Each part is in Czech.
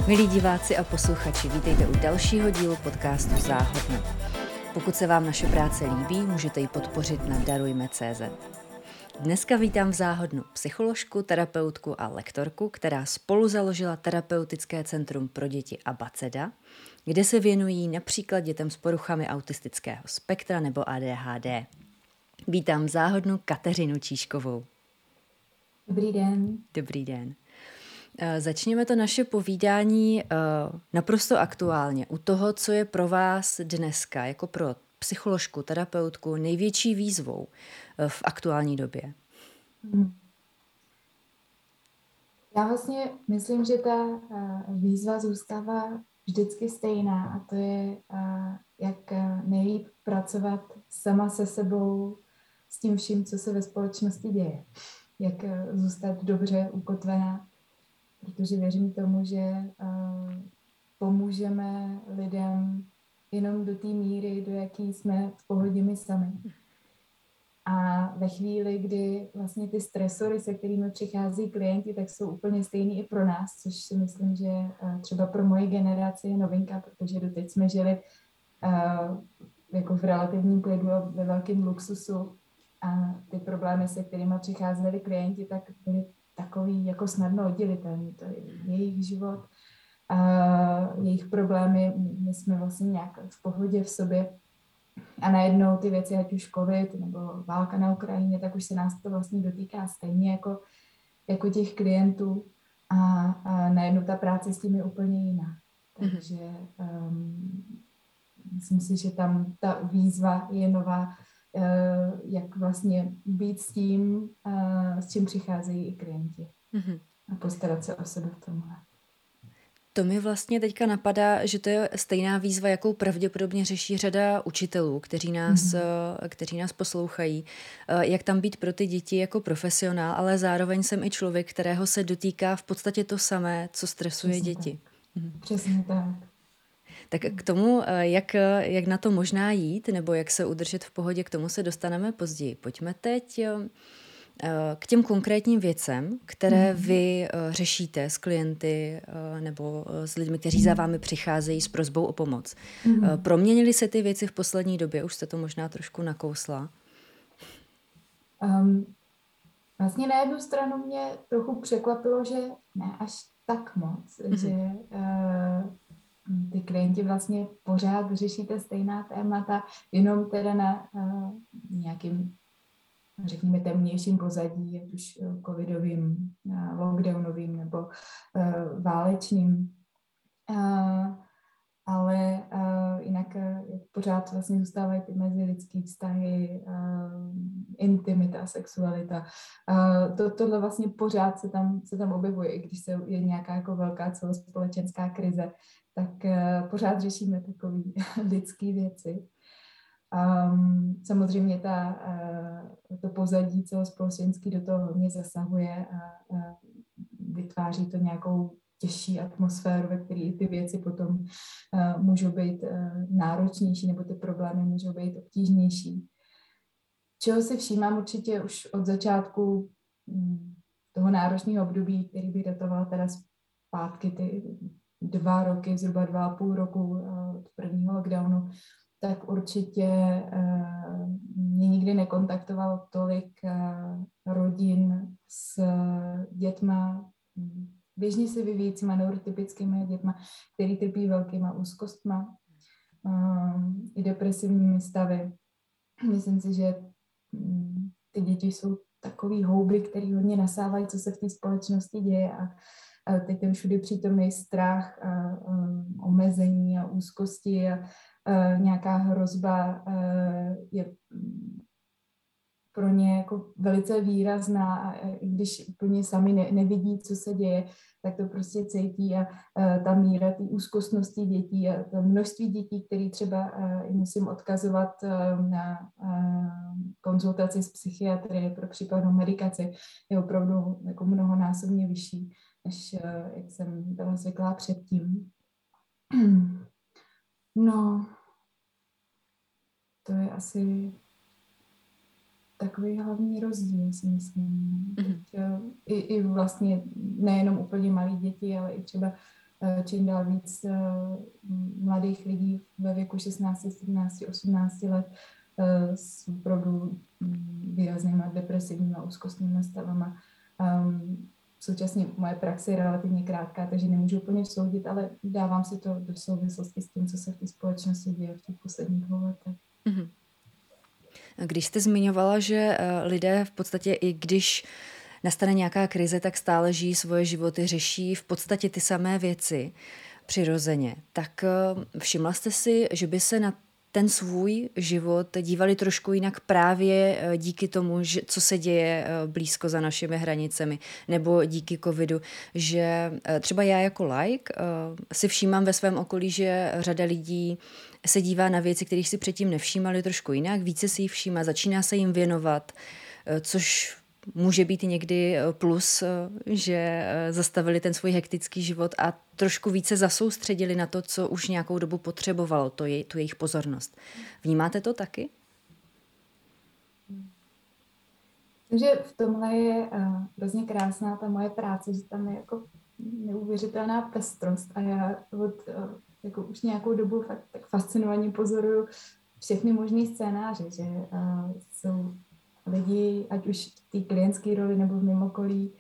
Milí diváci a posluchači, vítejte u dalšího dílu podcastu Záhodno. Pokud se vám naše práce líbí, můžete ji podpořit na darujme.cz. Dneska vítám v Záhodnu psycholožku, terapeutku a lektorku, která spolu založila terapeutické centrum pro děti Abeceda, kde se věnují například dětem s poruchami autistického spektra nebo ADHD. Vítám v Záhodnu Kateřinu Číškovou. Dobrý den. Dobrý den. Začněme to naše povídání naprosto aktuálně. U toho, co je pro vás dneska, jako pro psycholožku, terapeutku, největší výzvou v aktuální době. Já vlastně myslím, že ta výzva zůstává vždycky stejná a to je, jak nejlíp pracovat sama se sebou s tím vším, co se ve společnosti děje. Jak zůstat dobře ukotvená, protože věřím tomu, že pomůžeme lidem jenom do té míry, do jaký jsme v pohodě my sami. A ve chvíli, kdy vlastně ty stresory, se kterými přichází klienti, tak jsou úplně stejný i pro nás, což si myslím, že třeba pro moji generaci je novinka, protože doteď jsme žili jako v relativním klidu a ve velkém luxusu a ty problémy, se kterými přicházeli klienti, tak byly takový jako snadno oddělitelný. To je jejich život, jejich problémy, my jsme vlastně nějak v pohodě v sobě. A najednou ty věci, ať už covid nebo válka na Ukrajině, tak už se nás to vlastně dotýká stejně jako těch klientů a najednou ta práce s tím je úplně jiná. Takže myslím si, že tam ta výzva je nová, jak vlastně být s tím, s čím přicházejí i klienti a postarat se o sebe v tomhle. To mi vlastně teďka napadá, že to je stejná výzva, jakou pravděpodobně řeší řada učitelů, kteří nás poslouchají. Jak tam být pro ty děti jako profesionál, ale zároveň jsem i člověk, kterého se dotýká v podstatě to samé, co stresuje Přesně děti. Tak. Přesně tak. Tak k tomu, jak na to možná jít, nebo jak se udržet v pohodě, k tomu se dostaneme později. Pojďme teď k těm konkrétním věcem, které vy řešíte s klienty nebo s lidmi, kteří za vámi přicházejí s prosbou o pomoc. Proměnily se ty věci v poslední době? Už jste to možná trošku nakousla. Vlastně na jednu stranu mě trochu překvapilo, že ne až tak moc, že ty klienti vlastně pořád řešíte stejná témata, jenom teda na nějakým, řekněme, temnějším pozadí, ať už covidovým, lockdownovým nebo válečným. Ale jinak pořád vlastně zůstávají ty mezilidský vztahy, intimita, sexualita. Tohle vlastně pořád se tam objevuje, i když je nějaká jako velká celospolečenská krize, tak pořád řešíme takové lidské věci. Samozřejmě to pozadí celospolečenský do toho hodně zasahuje a vytváří to nějakou těžší atmosféru, ve které ty věci potom můžou být náročnější nebo ty problémy můžou být obtížnější. Čeho si všímám určitě už od začátku toho náročného období, který by datoval teda zpátky ty 2 roky, zhruba 2,5 roku od prvního lockdownu, tak určitě mě nikdy nekontaktovalo tolik rodin s dětma, běžně se vyvíjícíma neurotypickými dětma, který trpí velkýma úzkostma i depresivními stavy. Myslím si, že ty děti jsou takový houby, který hodně nasávají, co se v té společnosti děje a teď ten všudy přítomný strach a omezení a úzkosti a nějaká hrozba je pro ně jako velice výrazná a i když úplně sami nevidí, co se děje, tak to prostě cítí a ta míra té úzkostnosti dětí a to množství dětí, které třeba musím odkazovat na konzultaci s psychiatry pro případnou medikaci, je opravdu jako mnohonásobně vyšší, než jak jsem byla zvyklá předtím. No, to je asi takový hlavní rozdíl, si myslím. I vlastně nejenom úplně malí děti, ale i třeba čím dál víc mladých lidí ve věku 16, 17, 18 let s opravdu výraznýma depresivníma, úzkostnýma stavama. Současně moje praxe je relativně krátká, takže nemůžu úplně soudit, ale dávám si to do souvislosti s tím, co se v té společnosti děje v těch posledních 2 letech. Mm-hmm. Když jste zmiňovala, že lidé v podstatě, i když nastane nějaká krize, tak stále žijí svoje životy, řeší v podstatě ty samé věci přirozeně, tak všimla jste si, že by se na ten svůj život dívali trošku jinak právě díky tomu, že, co se děje blízko za našimi hranicemi, nebo díky covidu, že třeba já jako laik si všímám ve svém okolí, že řada lidí se dívá na věci, kterých si předtím nevšímali trošku jinak, více si jich všímá, začíná se jim věnovat, což může být někdy plus, že zastavili ten svůj hektický život a trošku více zasoustředili na to, co už nějakou dobu potřebovalo, tu jejich pozornost. Vnímáte to taky? Takže v tomhle je hrozně krásná ta moje práce, že tam je jako neuvěřitelná pestrost a já jako už nějakou dobu fakt tak fascinovaně pozoruju všechny možný scénáře, že jsou lidi, ať už v té klientské roli nebo v mém okolí,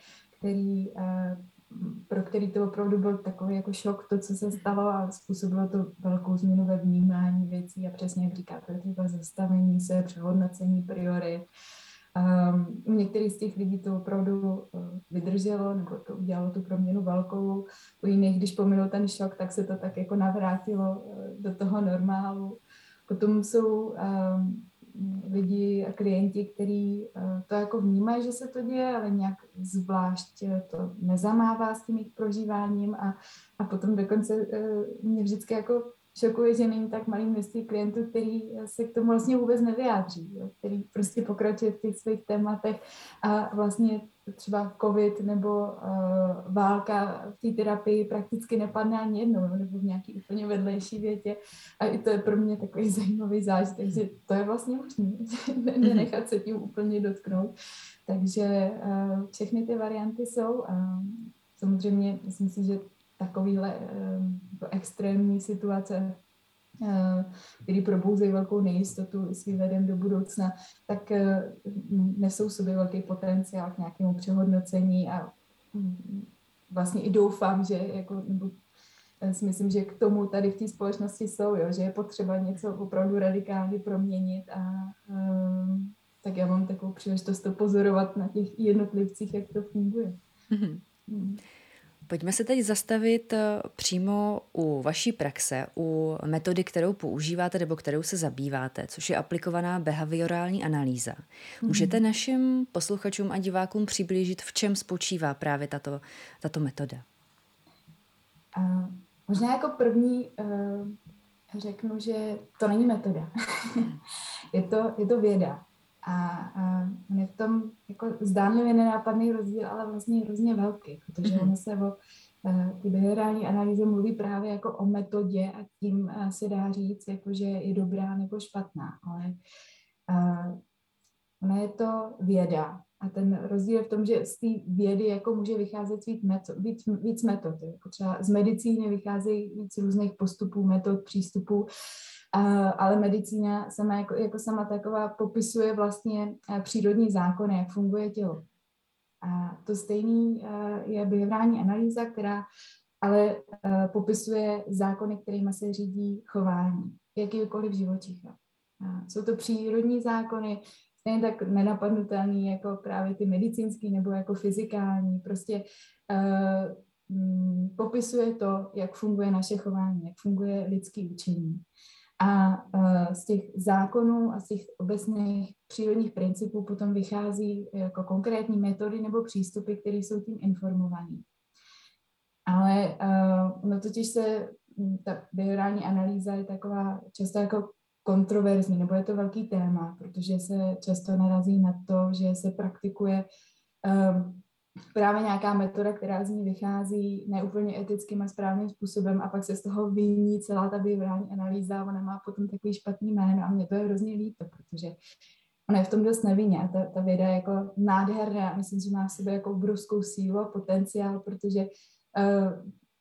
pro který to opravdu byl takový jako šok, to, co se stalo a způsobilo to velkou změnu ve vnímání věcí a přesně jak říkáte, třeba zastavení se, přehodnocení priorit. U některých z těch lidí to opravdu vydrželo, nebo to udělalo tu proměnu velkou. U jiných, když pominul ten šok, tak se to tak jako navrátilo do toho normálu. Potom jsou lidi a klienti, kteří to jako vnímají, že se to děje, ale nějak zvlášť to nezamává s tím jejich prožíváním a potom dokonce mě vždycky jako šokuje, že není tak malý množství klientů, který se k tomu vlastně vůbec nevyjádří, jo? Který prostě pokračuje v těch svých tématech a vlastně třeba covid nebo válka v té terapii prakticky nepadne ani jednou, nebo v nějaký úplně vedlejší větě a i to je pro mě takový zajímavý zážitek, že to je vlastně možné, nenechat se tím úplně dotknout. Takže všechny ty varianty jsou a samozřejmě myslím si, že takovýhle extrémní situace, který probouzejí velkou nejistotu s výhledem do budoucna, tak nesou sobě velký potenciál k nějakému přehodnocení a vlastně i doufám, že jako, nebo si myslím, že k tomu tady v té společnosti jsou, jo, že je potřeba něco opravdu radikálně proměnit a tak já mám takovou příležitost to pozorovat na těch jednotlivcích, jak to funguje. Pojďme se teď zastavit přímo u vaší praxe, u metody, kterou používáte nebo kterou se zabýváte, což je aplikovaná behaviorální analýza. Můžete našim posluchačům a divákům přiblížit, v čem spočívá právě tato metoda? Možná jako první řeknu, že to není metoda. je to věda. A je v tom jako zdánlivě nenápadný rozdíl, ale vlastně hrozně velký, protože ono se o ty behaviorální analýze mluví právě jako o metodě a tím se dá říct, jako, že je dobrá nebo špatná, ale ona je to věda. A ten rozdíl je v tom, že z té vědy jako může vycházet víc metod. Jako třeba z medicíny vycházejí víc různých postupů, metod, přístupů, ale medicína sama jako sama taková popisuje vlastně přírodní zákony, jak funguje tělo. A to stejný je behaviorální analýza, která ale popisuje zákony, kterými se řídí chování jakýkoliv živočicha. Jsou to přírodní zákony, stejně tak nenapadnutelný jako právě ty medicínský nebo jako fyzikální. Prostě popisuje to, jak funguje naše chování, jak funguje lidský učení. A z těch zákonů a z těch obecných přírodních principů potom vychází jako konkrétní metody nebo přístupy, které jsou tím informovaný. Ale no totiž ta behaviorální analýza je taková často jako kontroverzní, nebo je to velký téma, protože se často narazí na to, že se praktikuje právě nějaká metoda, která z ní vychází neúplně etickým a správným způsobem a pak se z toho vyní celá ta behaviorální analýza, ona má potom takový špatný jméno a mně to je hrozně líto, protože ona je v tom dost nevinně a ta věda je jako nádherná, myslím, že má v sobě jako obrovskou sílu a potenciál, protože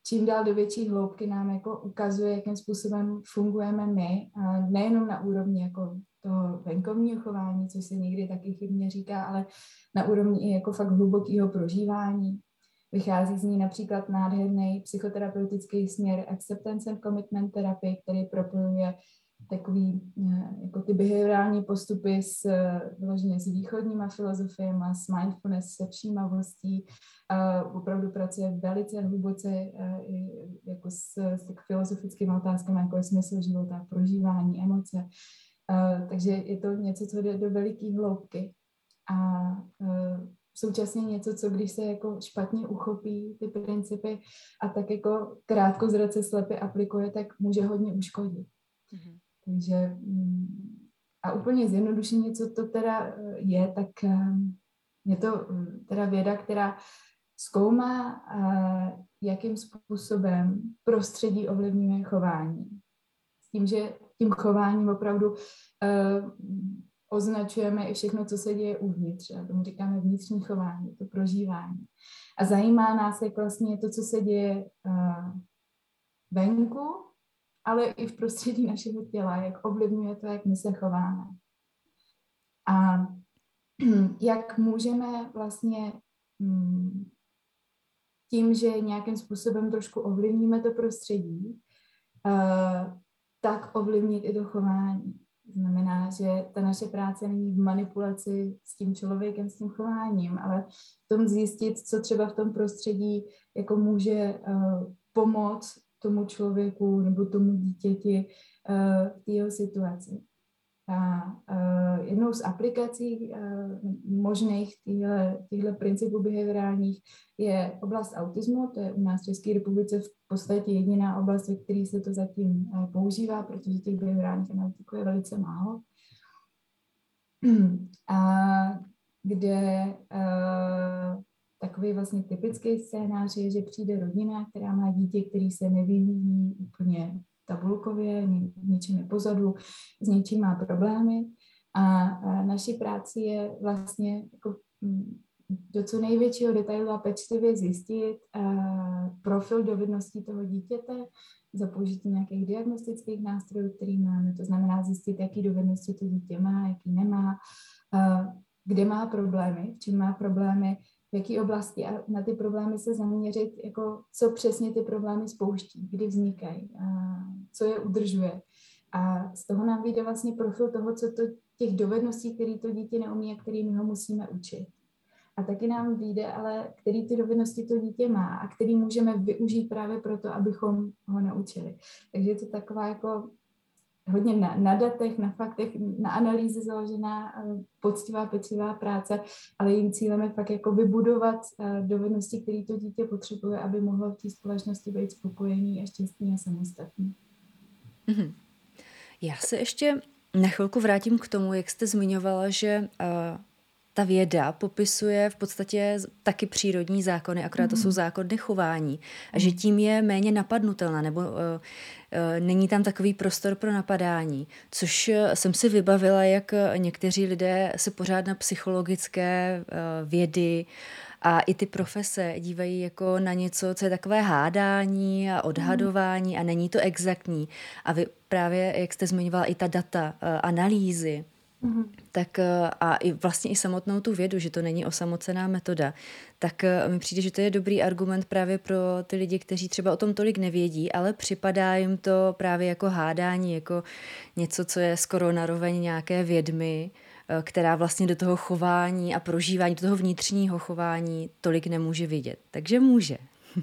čím dál do větší hloubky nám jako ukazuje, jakým způsobem fungujeme my, a nejenom na úrovni jako toho venkovního chování, což se někdy taky chybně říká, ale na úrovni i jako fakt hlubokého prožívání. Vychází z ní například nádherný psychoterapeutický směr Acceptance and Commitment Therapy, který propojuje takový jako ty behaviorální postupy vyloženě s východníma filozofiemi, s mindfulness, se všímavostí. Opravdu pracuje velice hluboce jako s filozofickými otázkami, jako je smysl života, prožívání, emoce. Takže je to něco, co jde do veliké hloubky. A současně něco, co když se jako špatně uchopí ty principy a tak jako krátkozrace slepě aplikuje, tak může hodně uškodit. Mm-hmm. Takže a úplně zjednodušeně, co to teda je, tak je to teda věda, která zkoumá, jakým způsobem prostředí ovlivňuje chování. S tím, že tím chováním opravdu označujeme i všechno, co se děje uvnitř. A tomu říkáme vnitřní chování, to prožívání. A zajímá nás, jak vlastně to, co se děje venku, ale i v prostředí našeho těla, jak ovlivňuje to, jak my se chováme. A jak můžeme vlastně tím, že nějakým způsobem trošku ovlivníme to prostředí, tak ovlivnit i to chování. Znamená, že ta naše práce není v manipulaci s tím člověkem, s tím chováním, ale v tom zjistit, co třeba v tom prostředí jako může pomoct tomu člověku nebo tomu dítěti v té jeho situaci. A jednou z aplikací možných těchto principů behaviorálních je oblast autismu. To je u nás v České republice v podstatě jediná oblast, ve které se to zatím používá, protože těch behaviorálních analytiků je velice málo. A kde takový vlastně typický scénář je, že přijde rodina, která má dítě, který se nevyvíjí úplně tabulkově, něčím je pozadu, s něčím má problémy a naší práci je vlastně jako do co největšího detailu a pečlivě zjistit profil dovedností toho dítěte za použití nějakých diagnostických nástrojů, který máme, to znamená zjistit, jaký dovednosti to dítě má, jaký nemá, kde má problémy, v čem má problémy, v jaké oblasti a na ty problémy se zaměřit, jako co přesně ty problémy spouští, kdy vznikají, co je udržuje. A z toho nám vyjde vlastně profil toho, co to těch dovedností, které to dítě neumí a kterými ho musíme učit. A taky nám vyjde, ale který ty dovednosti to dítě má a který můžeme využít právě proto, abychom ho naučili. Takže je to taková jako hodně na datech, na faktech, na analýze založená poctivá, pečlivá práce, ale jejím cílem je fakt jako vybudovat dovednosti, které to dítě potřebuje, aby mohlo v té společnosti být spokojený a šťastný a samostatný. Mm-hmm. Já se ještě na chvilku vrátím k tomu, jak jste zmiňovala, že ta věda popisuje v podstatě taky přírodní zákony, akorát to jsou zákony chování a že tím je méně napadnutelná nebo není tam takový prostor pro napadání, což jsem si vybavila, jak někteří lidé se pořád na psychologické vědy a i ty profese dívají jako na něco, co je takové hádání a odhadování a není to exaktní. A vy právě, jak jste zmiňovala, i ta data, analýzy, tak a i vlastně i samotnou tu vědu, že to není osamocená metoda, tak mi přijde, že to je dobrý argument právě pro ty lidi, kteří třeba o tom tolik nevědí, ale připadá jim to právě jako hádání, jako něco, co je skoro naroveň nějaké vědmy, která vlastně do toho chování a prožívání, do toho vnitřního chování tolik nemůže vidět. Takže může.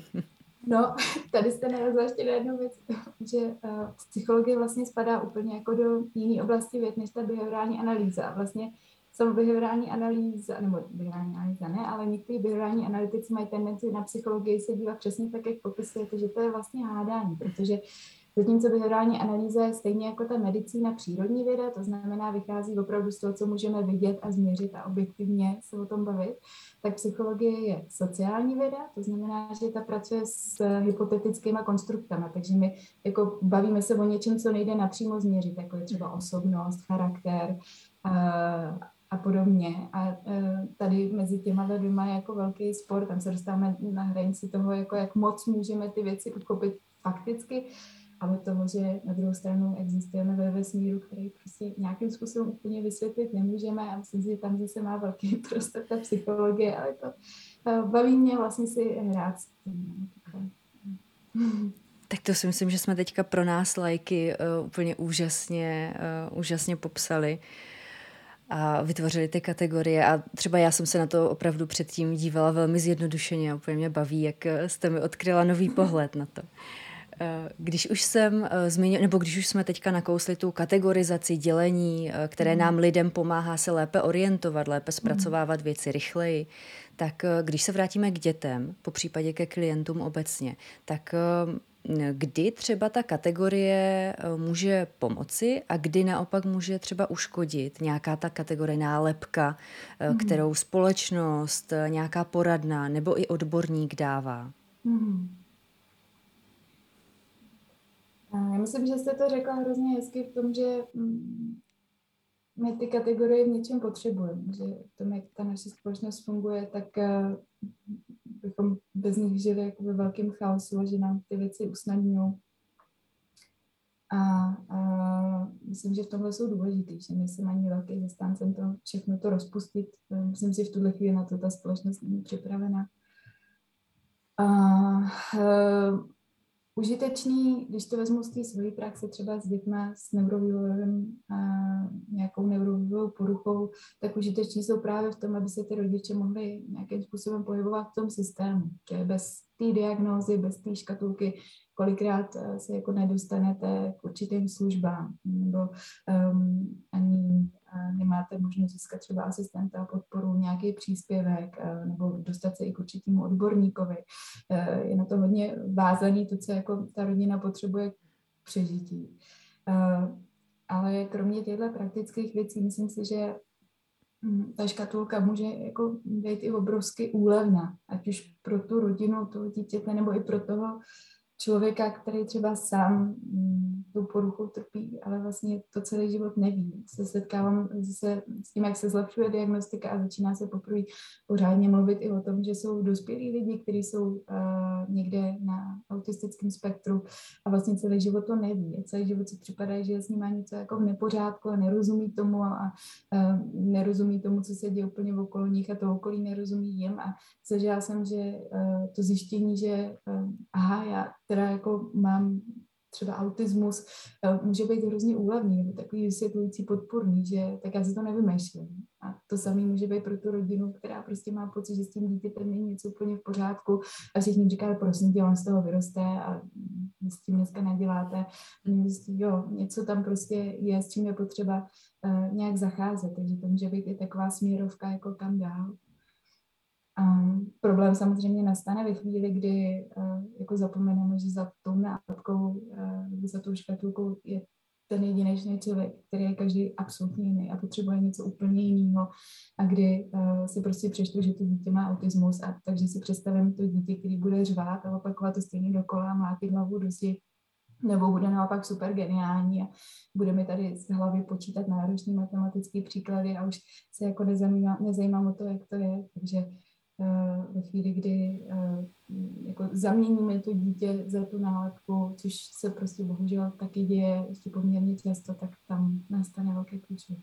No, tady jste narazila ještě na jednu věc, že psychologie vlastně spadá úplně jako do jiné oblasti věd, než ta behaviorální analýza. A vlastně sama behaviorální analýza, nebo behaviorální analýza ne, ale někteří behaviorální analytici mají tendenci na psychologii se dívat přesně tak, jak popisujete, že to je vlastně hádání, protože zatímco behaviorální analýza je stejně jako ta medicína přírodní věda, to znamená vychází opravdu z toho, co můžeme vidět a změřit a objektivně se o tom bavit, tak psychologie je sociální věda, to znamená, že ta pracuje s hypotetickými konstruktami, takže my jako bavíme se o něčem, co nejde napřímo změřit, jako je třeba osobnost, charakter a podobně. A tady mezi těma dvěma je jako velký spor, tam se dostáváme na hranici toho, jako jak moc můžeme ty věci uchopit fakticky, ale toho, že na druhou stranu existujeme ve vesmíru, který prostě nějakým způsobem úplně vysvětlit nemůžeme a myslím si, že tam zase má velký prostor ta psychologie, ale to baví mě vlastně si hrát s tím. Tak to si myslím, že jsme teďka pro nás lajky úplně úžasně popsali a vytvořili ty kategorie a třeba já jsem se na to opravdu předtím dívala velmi zjednodušeně a úplně mě baví, jak jste mi odkryla nový pohled na to. Když už jsem zmínila, nebo když už jsme teďka nakousli tu kategorizaci, dělení, které nám lidem pomáhá se lépe orientovat, lépe zpracovávat věci rychleji, tak když se vrátíme k dětem, po případě ke klientům obecně, tak kdy třeba ta kategorie může pomoci a kdy naopak může třeba uškodit nějaká ta kategorie nálepka, kterou společnost, nějaká poradna nebo i odborník dává? Já myslím, že jste to řekla hrozně hezky v tom, že my ty kategorie v něčem potřebujeme, že v tom, jak ta naše společnost funguje, tak bychom bez nich žili jako ve velkém chaosu, že nám ty věci usnadňují. A myslím, že v tomhle jsou důležitý, že nejsem ani velký zastáncem toho všechno to rozpustit. Myslím si, že v tuhle chvíli na to ta společnost není připravená. Užitečný, když to vezmu z té svojí praxe třeba s dětma s nějakou neurovývojovou poruchou, tak užiteční jsou právě v tom, aby se ty rodiče mohli nějakým způsobem pohybovat v tom systému. Že bez té diagnózy, bez té škatulky, kolikrát se jako nedostanete k určitým službám, nebo ani nemáte možnost získat třeba asistenta, podporu, nějaký příspěvek, nebo dostat se i k určitému odborníkovi. Je na to hodně vázaný to, co jako ta rodina potřebuje k přežití. Ale kromě těchto praktických věcí, myslím si, že ta škatulka může jako být i obrovsky úlevná, ať už pro tu rodinu, toho dítěte, nebo i pro toho člověka, který třeba sám tou poruchou trpí, ale vlastně to celý život neví. Se setkávám zase s tím, jak se zlepšuje diagnostika a začíná se poprvé pořádně mluvit i o tom, že jsou dospělí lidi, kteří jsou někde na autistickém spektru a vlastně celý život to neví. A celý život si připadá, že s ním má něco jako v nepořádku a nerozumí tomu a nerozumí tomu, co se děje úplně v okolo nich a to okolí nerozumí jim a zažila jsem, že to zjištění, že já teda jako mám třeba autismus, může být hrozně úlevný nebo takový vysvětlující podporný, že tak já si to nevymýšlím. A to samé může být pro tu rodinu, která prostě má pocit, že s tím dítětem není něco úplně v pořádku a všichni říkají, prosím tě, on z toho vyroste a s tím dneska neděláte. Jo, něco tam prostě je, s čím je potřeba nějak zacházet, takže to může být i taková směrovka jako kam dál. Problém samozřejmě nastane ve chvíli, kdy jako zapomeneme, že za tou nálepkou, za tou škatulkou je ten jedinečný člověk, který je každý absolutně jiný a potřebuje něco úplně jiného a kdy si prostě přečtu, že to dítě má autismus a takže si představím to dítě, který bude řvát a opakovat to stejně dokola, mlátit hlavu do zdi, nebo bude naopak super geniální a bude mi tady z hlavy počítat náročný matematický příklady a už se jako nezajímám o to, jak to je, takže ve chvíli, kdy jako zaměníme to dítě za tu nálepku, což se prostě bohužel taky děje ještě poměrně často, tak tam nastane velké průšvih.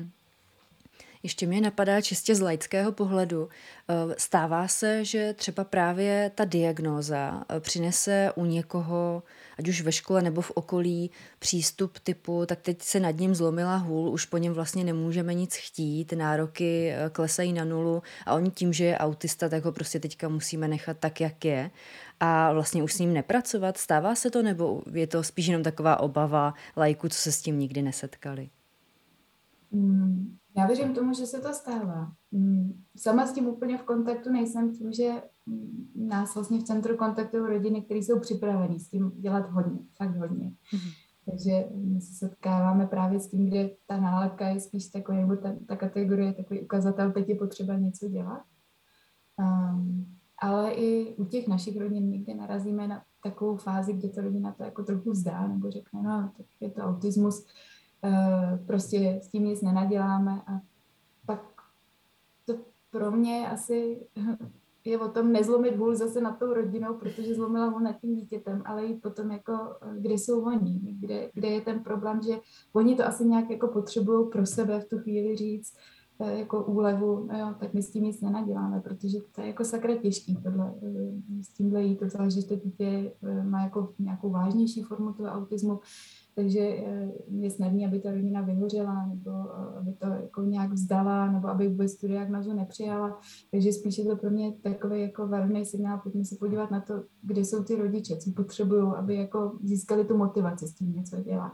Ještě mě napadá čistě z laického pohledu. Stává se, že třeba právě ta diagnóza přinese u někoho, ať už ve škole nebo v okolí, přístup typu, tak teď se nad ním zlomila hůl, už po něm vlastně nemůžeme nic chtít, nároky klesají na nulu a on tím, že je autista, tak ho prostě teďka musíme nechat tak, jak je a vlastně už s ním nepracovat. Stává se to, nebo je to spíš jenom taková obava laiků, co se s tím nikdy nesetkali? Já věřím tomu, že se to stává. Sama s tím úplně v kontaktu nejsem, tím, že nás vlastně v centru kontaktují rodiny, které jsou připravené s tím dělat hodně, fakt hodně. Takže my se setkáváme právě s tím, kde ta nálepka je spíš takový, nebo ta kategorie je takový ukazatel, teď je potřeba něco dělat. Ale i u těch našich rodin někde narazíme na takovou fázi, kde ta rodina to jako trochu vzdá, nebo řekne, no, tak je to autismus, prostě s tím nic nenaděláme a pak pro mě asi je o tom nezlomit hůl zase nad tou rodinou, protože zlomila hůl nad tím dítětem, ale i potom jako, kde jsou oni, kde je ten problém, že oni to asi nějak jako potřebují pro sebe v tu chvíli říct, jako úlevu, jo, tak my s tím nic nenaděláme, protože to je jako sakra těžký tohle, s tímhle jít, to zvlášť, že to dítě má jako nějakou vážnější formu toho autismu, takže je snadné, aby ta rodina vyhořela, nebo aby to jako nějak vzdala, nebo aby vůbec tu diagnózu nepřijala. Takže spíš je to pro mě takový jako varovný signál, pojďme se podívat na to, kde jsou ty rodiče, co potřebují, aby jako získali tu motivaci s tím něco dělat.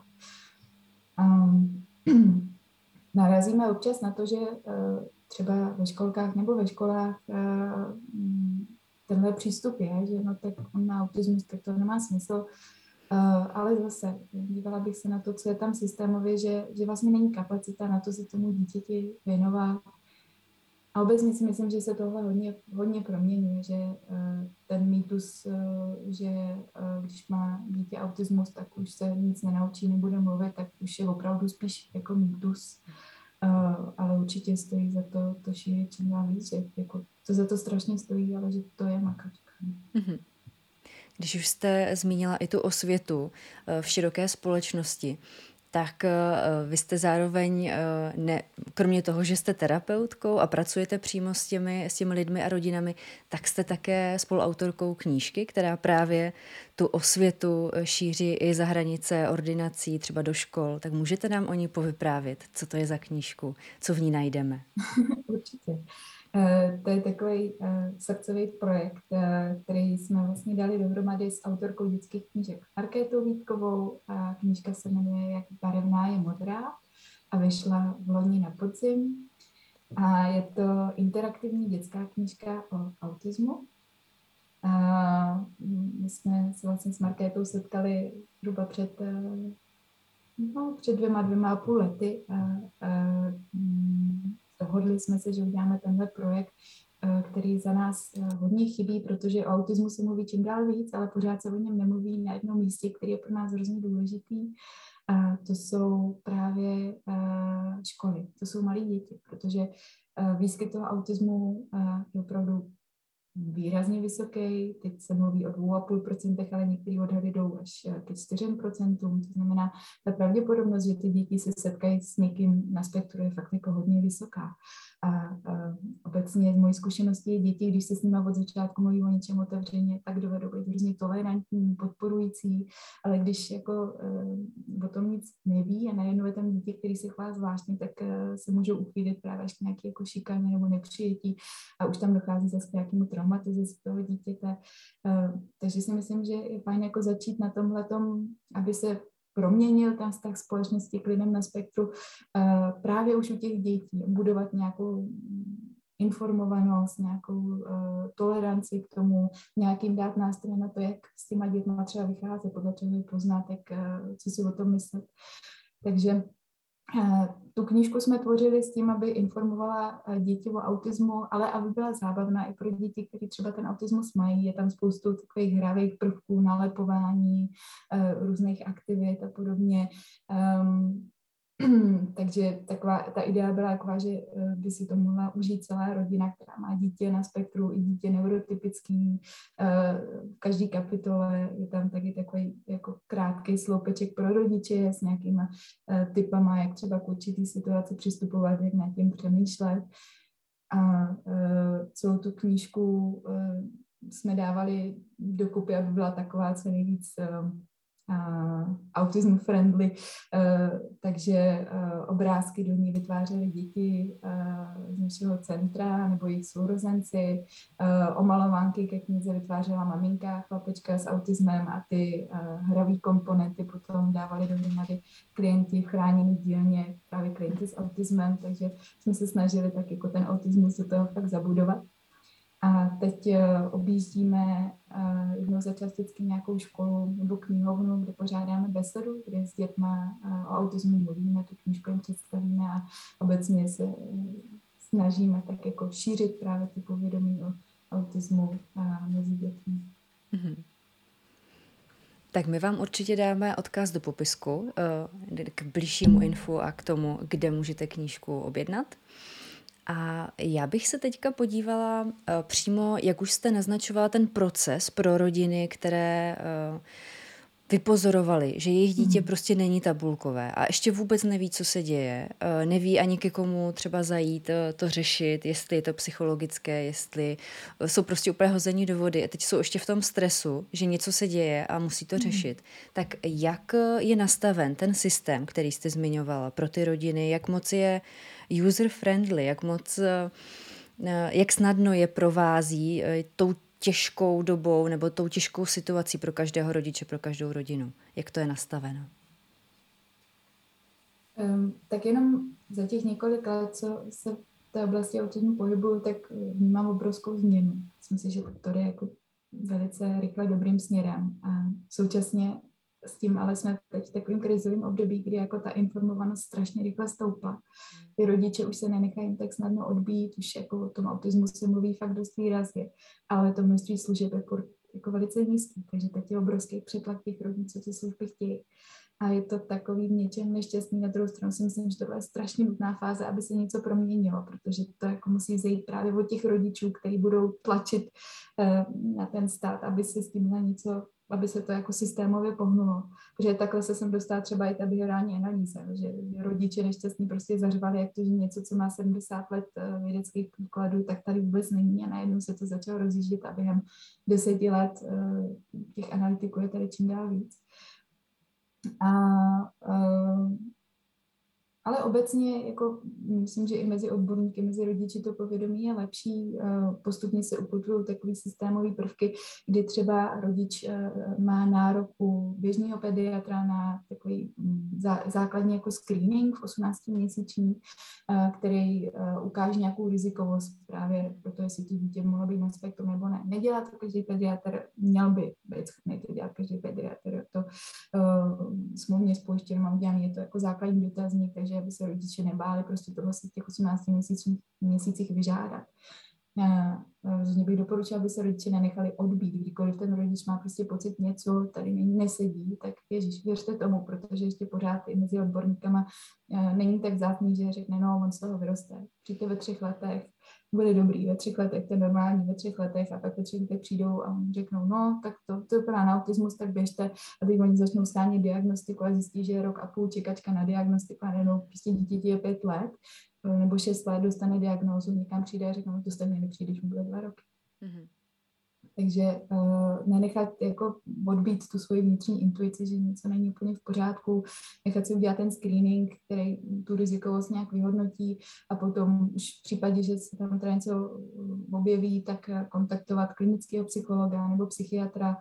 Narazíme občas na to, že třeba ve školkách nebo ve školách tenhle přístup je, že no tak on má autismus, tak to nemá smysl. Ale zase dívala bych se na to, co je tam systémově, že vlastně není kapacita na to se tomu dítěti věnovat. A obecně si myslím, že se tohle hodně proměňuje, že ten mýtus, že když má dítě autismus, tak už se nic nenaučí, nebude mluvit, tak už je opravdu spíš jako mýtus. Ale určitě stojí za to šířit čím dál víc, že jako, to za to strašně stojí, ale že to je makačka. Mm-hmm. Když už jste zmínila i tu osvětu v široké společnosti, tak vy jste zároveň, kromě toho, že jste terapeutkou a pracujete přímo s těmi lidmi a rodinami, tak jste také spoluautorkou knížky, která právě tu osvětu šíří i za hranice ordinací, třeba do škol. Tak můžete nám o ní povyprávět, co to je za knížku, co v ní najdeme? Určitě. To je takový srdcový projekt, který jsme vlastně dali dohromady s autorkou dětských knížek Markétou Vítkovou. A knížka se jmenuje Jak barevná je modrá a vyšla v loni na podzim. A je to interaktivní dětská knížka o autismu. A my jsme se vlastně s Markétou setkali zhruba před 2,5 lety. Dohodli jsme se, že uděláme tenhle projekt, který za nás hodně chybí, protože o autismu se mluví čím dál víc, ale pořád se o něm nemluví na jednom místě, který je pro nás hrozně důležitý. A to jsou právě školy, to jsou malí děti, protože výskyt toho autismu je opravdu výrazně vysoký. Teď se mluví o 2,5%, ale některé odhady jdou až ke 4%. To znamená, ta pravděpodobnost, že ty děti se setkají s někým na spektru, je fakt jako hodně vysoká. A obecně z mojí zkušenosti je děti, když se s nimi od začátku mluví o něčem otevřeně, tak dovedou být hrozně tolerantní, podporující, ale když jako o tom nic neví a najednou je tam dítě, který se chová zvláštně, tak se můžou uchýlit právě až k nějaké jako šikaně nebo nepřijetí a už tam dochází zase k nějakému traumatizaci toho dítěte. Takže si myslím, že je fajn jako začít na tomhletom, aby se proměnil ten vztah společnosti k lidem na spektru právě už u těch dětí, budovat nějakou informovanost, nějakou toleranci k tomu, nějakým dát nástroje na to, jak s těma dětma třeba vycházet, podle čeho je poznat, co si o tom myslet. Takže tu knížku jsme tvořili s tím, aby informovala děti o autismu, ale aby byla zábavná i pro děti, kteří třeba ten autismus mají. Je tam spoustu takových hravých prvků, nalepování, různých aktivit a podobně. Takže taková, ta idea byla taková, že by si to mohla užít celá rodina, která má dítě na spektru i dítě neurotypický. V každé kapitole je tam taky takový jako krátký sloupeček pro rodiče s nějakýma typama, jak třeba k určitý situaci přistupovat, jak nad tím přemýšlet. A celou tu knížku jsme dávali dokupy, aby byla taková co nejvíc autism friendly, takže obrázky do ní vytvářely děti z našeho centra nebo jejich sourozenci, omalovánky ke knize vytvářela maminka, chlapečka s autismem a ty hravý komponenty potom dávali dohromady klienti v chráněné dílně, právě klienti s autismem, takže jsme se snažili tak jako ten autismus do toho fakt zabudovat. A teď objíždíme jednou za čas vždycky nějakou školu nebo knihovnu, kde pořádáme besedu, kde s dětma o autismu mluvíme, tu knížku jim představíme a obecně se snažíme tak jako šířit právě ty povědomí o autismu mezi dětmi. Mm-hmm. Tak my vám určitě dáme odkaz do popisku k bližšímu infu a k tomu, kde můžete knížku objednat. A já bych se teďka podívala přímo, jak už jste naznačovala ten proces pro rodiny, které vypozorovali, že jejich dítě prostě není tabulkové a ještě vůbec neví, co se děje. Neví ani ke komu třeba zajít, to řešit, jestli je to psychologické, jestli jsou prostě úplně hození do vody a teď jsou ještě v tom stresu, že něco se děje a musí to řešit. Tak jak je nastaven ten systém, který jste zmiňovala pro ty rodiny, jak moc je user-friendly, jak snadno je provází tou těžkou dobou nebo tou těžkou situací pro každého rodiče, pro každou rodinu? Jak to je nastaveno? Tak jenom za těch několik let, co se v té oblasti autismu pohybuju, tak vnímám obrovskou změnu. Myslím si, že to jde jako velice rychle dobrým směrem. A současně s tím ale jsme teď v takovým krizovým období, kdy jako ta informovanost strašně rychle stoupla. Ty rodiče už se nenechají tak snadno odbít, už jako o tom autismu se mluví fakt dost výrazně, ale to množství služeb je jako velice nízký, takže teď je obrovský přetlak těch rodičů, co ty služby chtějí. A je to takový v něčem nešťastný. Na druhou stranu si myslím, že tohle je strašně nutná fáze, aby se něco proměnilo, protože to jako musí zejít právě od těch rodičů, kteří budou tlačit na ten stát, aby se s tímhle něco, aby se to jako systémově pohnulo. Protože takhle se sem dostala třeba i ta behaviorální analýza, že rodiče nešťastní prostě zařvali, jak to, že něco, co má 70 let vědeckých podkladů, tak tady vůbec není a najednou se to začalo rozjíždět a během 10 let těch analytiků je tady čím dál víc. Ale obecně jako myslím, že i mezi odborníky, mezi rodiči to povědomí je lepší. Postupně se ukotvují takový systémový prvky, kdy třeba rodič má nárok u běžného pediatra na takový základní jako screening v 18-měsíční, který ukáže nějakou rizikovost právě pro to, jestli to dítě mohlo být na spektru nebo ne. Nedělá to každý pediatr, měl by být schopný to dělat každý pediatr. To smluvně s pojišťovnou udělaný, je to jako základní dotazník, takže aby se rodiče nebáli prostě tohle si v těch 18 měsících vyžádat. Rozhodně bych doporučila, aby se rodiče nenechali odbít, kdykoliv ten rodič má prostě pocit něco, tady nesedí, tak ježiš, věřte tomu, protože ještě pořád i mezi odborníkama není tak vzácný, že řekne, no, on z toho vyroste. Přijďte ve 3 letech, bude dobrý, ve 3 letech, to je normální, ve 3 letech a pak ve 3 letech přijdou a řeknou, no, tak to vypadá na autismus, tak běžte a teď oni začnou shánět diagnostiku a zjistí, že je 1,5 roku čekačka na diagnostiku a nejenom prostě dítěti je 5 let nebo 6 let, dostane diagnózu, někam přijde a řeknou, to stejně nepřijde, když mu bude 2 roky. Mm-hmm. Takže nenechat jako odbít tu svoji vnitřní intuici, že něco není úplně v pořádku, nechat si udělat ten screening, který tu rizikovost nějak vyhodnotí a potom už v případě, že se tam teda něco objeví, tak kontaktovat klinického psychologa nebo psychiatra,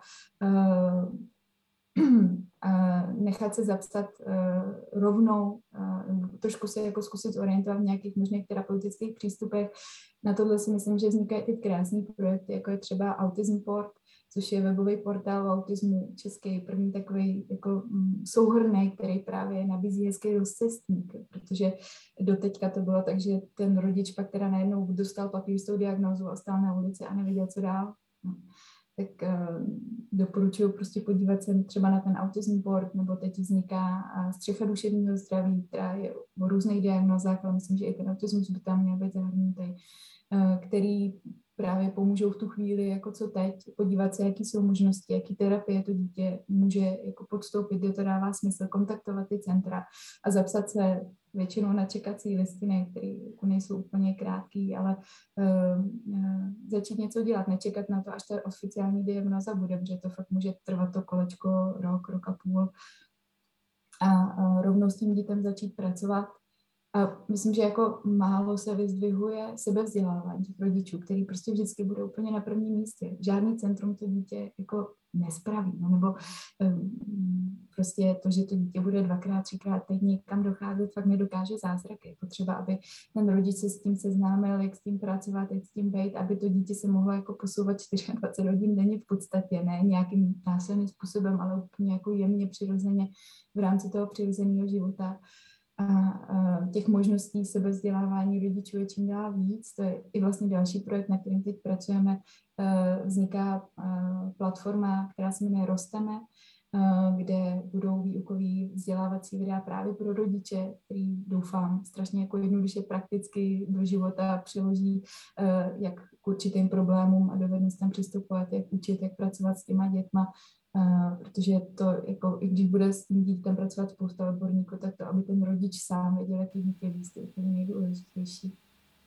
nechat se zapsat rovnou, trošku se jako zkusit orientovat v nějakých možných terapeutických přístupech. Na tohle si myslím, že vznikají ty krásný projekty, jako je třeba Autism Port, což je webový portál o autismu český, první takový jako souhrnný, který právě nabízí hezký rozcestník, protože doteďka to bylo tak, že ten rodič pak teda najednou dostal papír s tou diagnózou a stál na ulici a nevěděl, co dál. Tak doporučuji prostě podívat se třeba na ten Autism Board, nebo teď vzniká střecha duševního zdraví, která je o různých diagnózách, ale myslím, že i ten autismus by tam měl být zahrnutý, který právě pomůžou v tu chvíli, jako co teď, podívat se, jaký jsou možnosti, jaký terapie to dítě může jako podstoupit, kde to dává smysl, kontaktovat ty centra a zapsat se většinou na čekací listiny, které jako nejsou úplně krátký, ale začít něco dělat, nečekat na to, až ta oficiální diagnoza bude, protože to fakt může trvat to kolečko rok a půl a rovnou s tím dítem začít pracovat. A myslím, že jako málo se vyzdvihuje sebevzdělávání těch rodičů, který prostě vždycky bude úplně na prvním místě. Žádný centrum to dítě jako nespraví, no, nebo prostě to, že to dítě bude 2x, 3x týdně někam docházet, fakt nedokáže zázrak. Je potřeba, aby ten rodič se s tím seznámil, jak s tím pracovat, jak s tím být, aby to dítě se mohlo jako posouvat 24 hodin denně v podstatě, ne nějakým násilným způsobem, ale úplně jako jemně, přirozeně v rámci toho přirozeného života. A těch možností sebevzdělávání rodičů je čím dál víc. To je i vlastně další projekt, na kterém teď pracujeme. Vzniká platforma, která se jmenuje Rosteme, kde budou výukový vzdělávací videa právě pro rodiče, který doufám strašně jako jednoduše prakticky do života přiloží, jak k určitým problémům a dovednostem přistupovat, jak učit, jak pracovat s těma dětma, protože to, jako, i když bude s tím dítětem pracovat spousta odborníků, tak to, aby ten rodič sám věděl, jak dítě víc, je úplně nejdůležitější.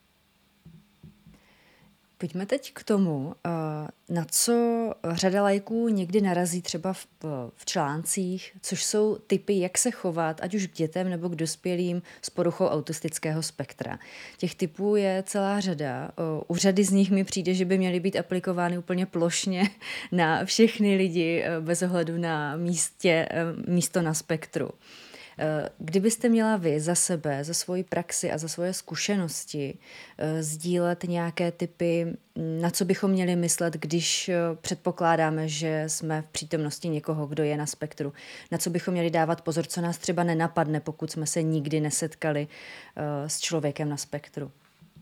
Pojďme teď k tomu, na co řada laiků někdy narazí třeba v článcích, což jsou tipy, jak se chovat, ať už k dětem nebo k dospělým s poruchou autistického spektra. Těch typů je celá řada. U řady z nich mi přijde, že by měly být aplikovány úplně plošně na všechny lidi bez ohledu na místo na spektru. Kdybyste měla vy za sebe, za svoji praxi a za svoje zkušenosti sdílet nějaké tipy, na co bychom měli myslet, když předpokládáme, že jsme v přítomnosti někoho, kdo je na spektru, na co bychom měli dávat pozor, co nás třeba nenapadne, pokud jsme se nikdy nesetkali s člověkem na spektru?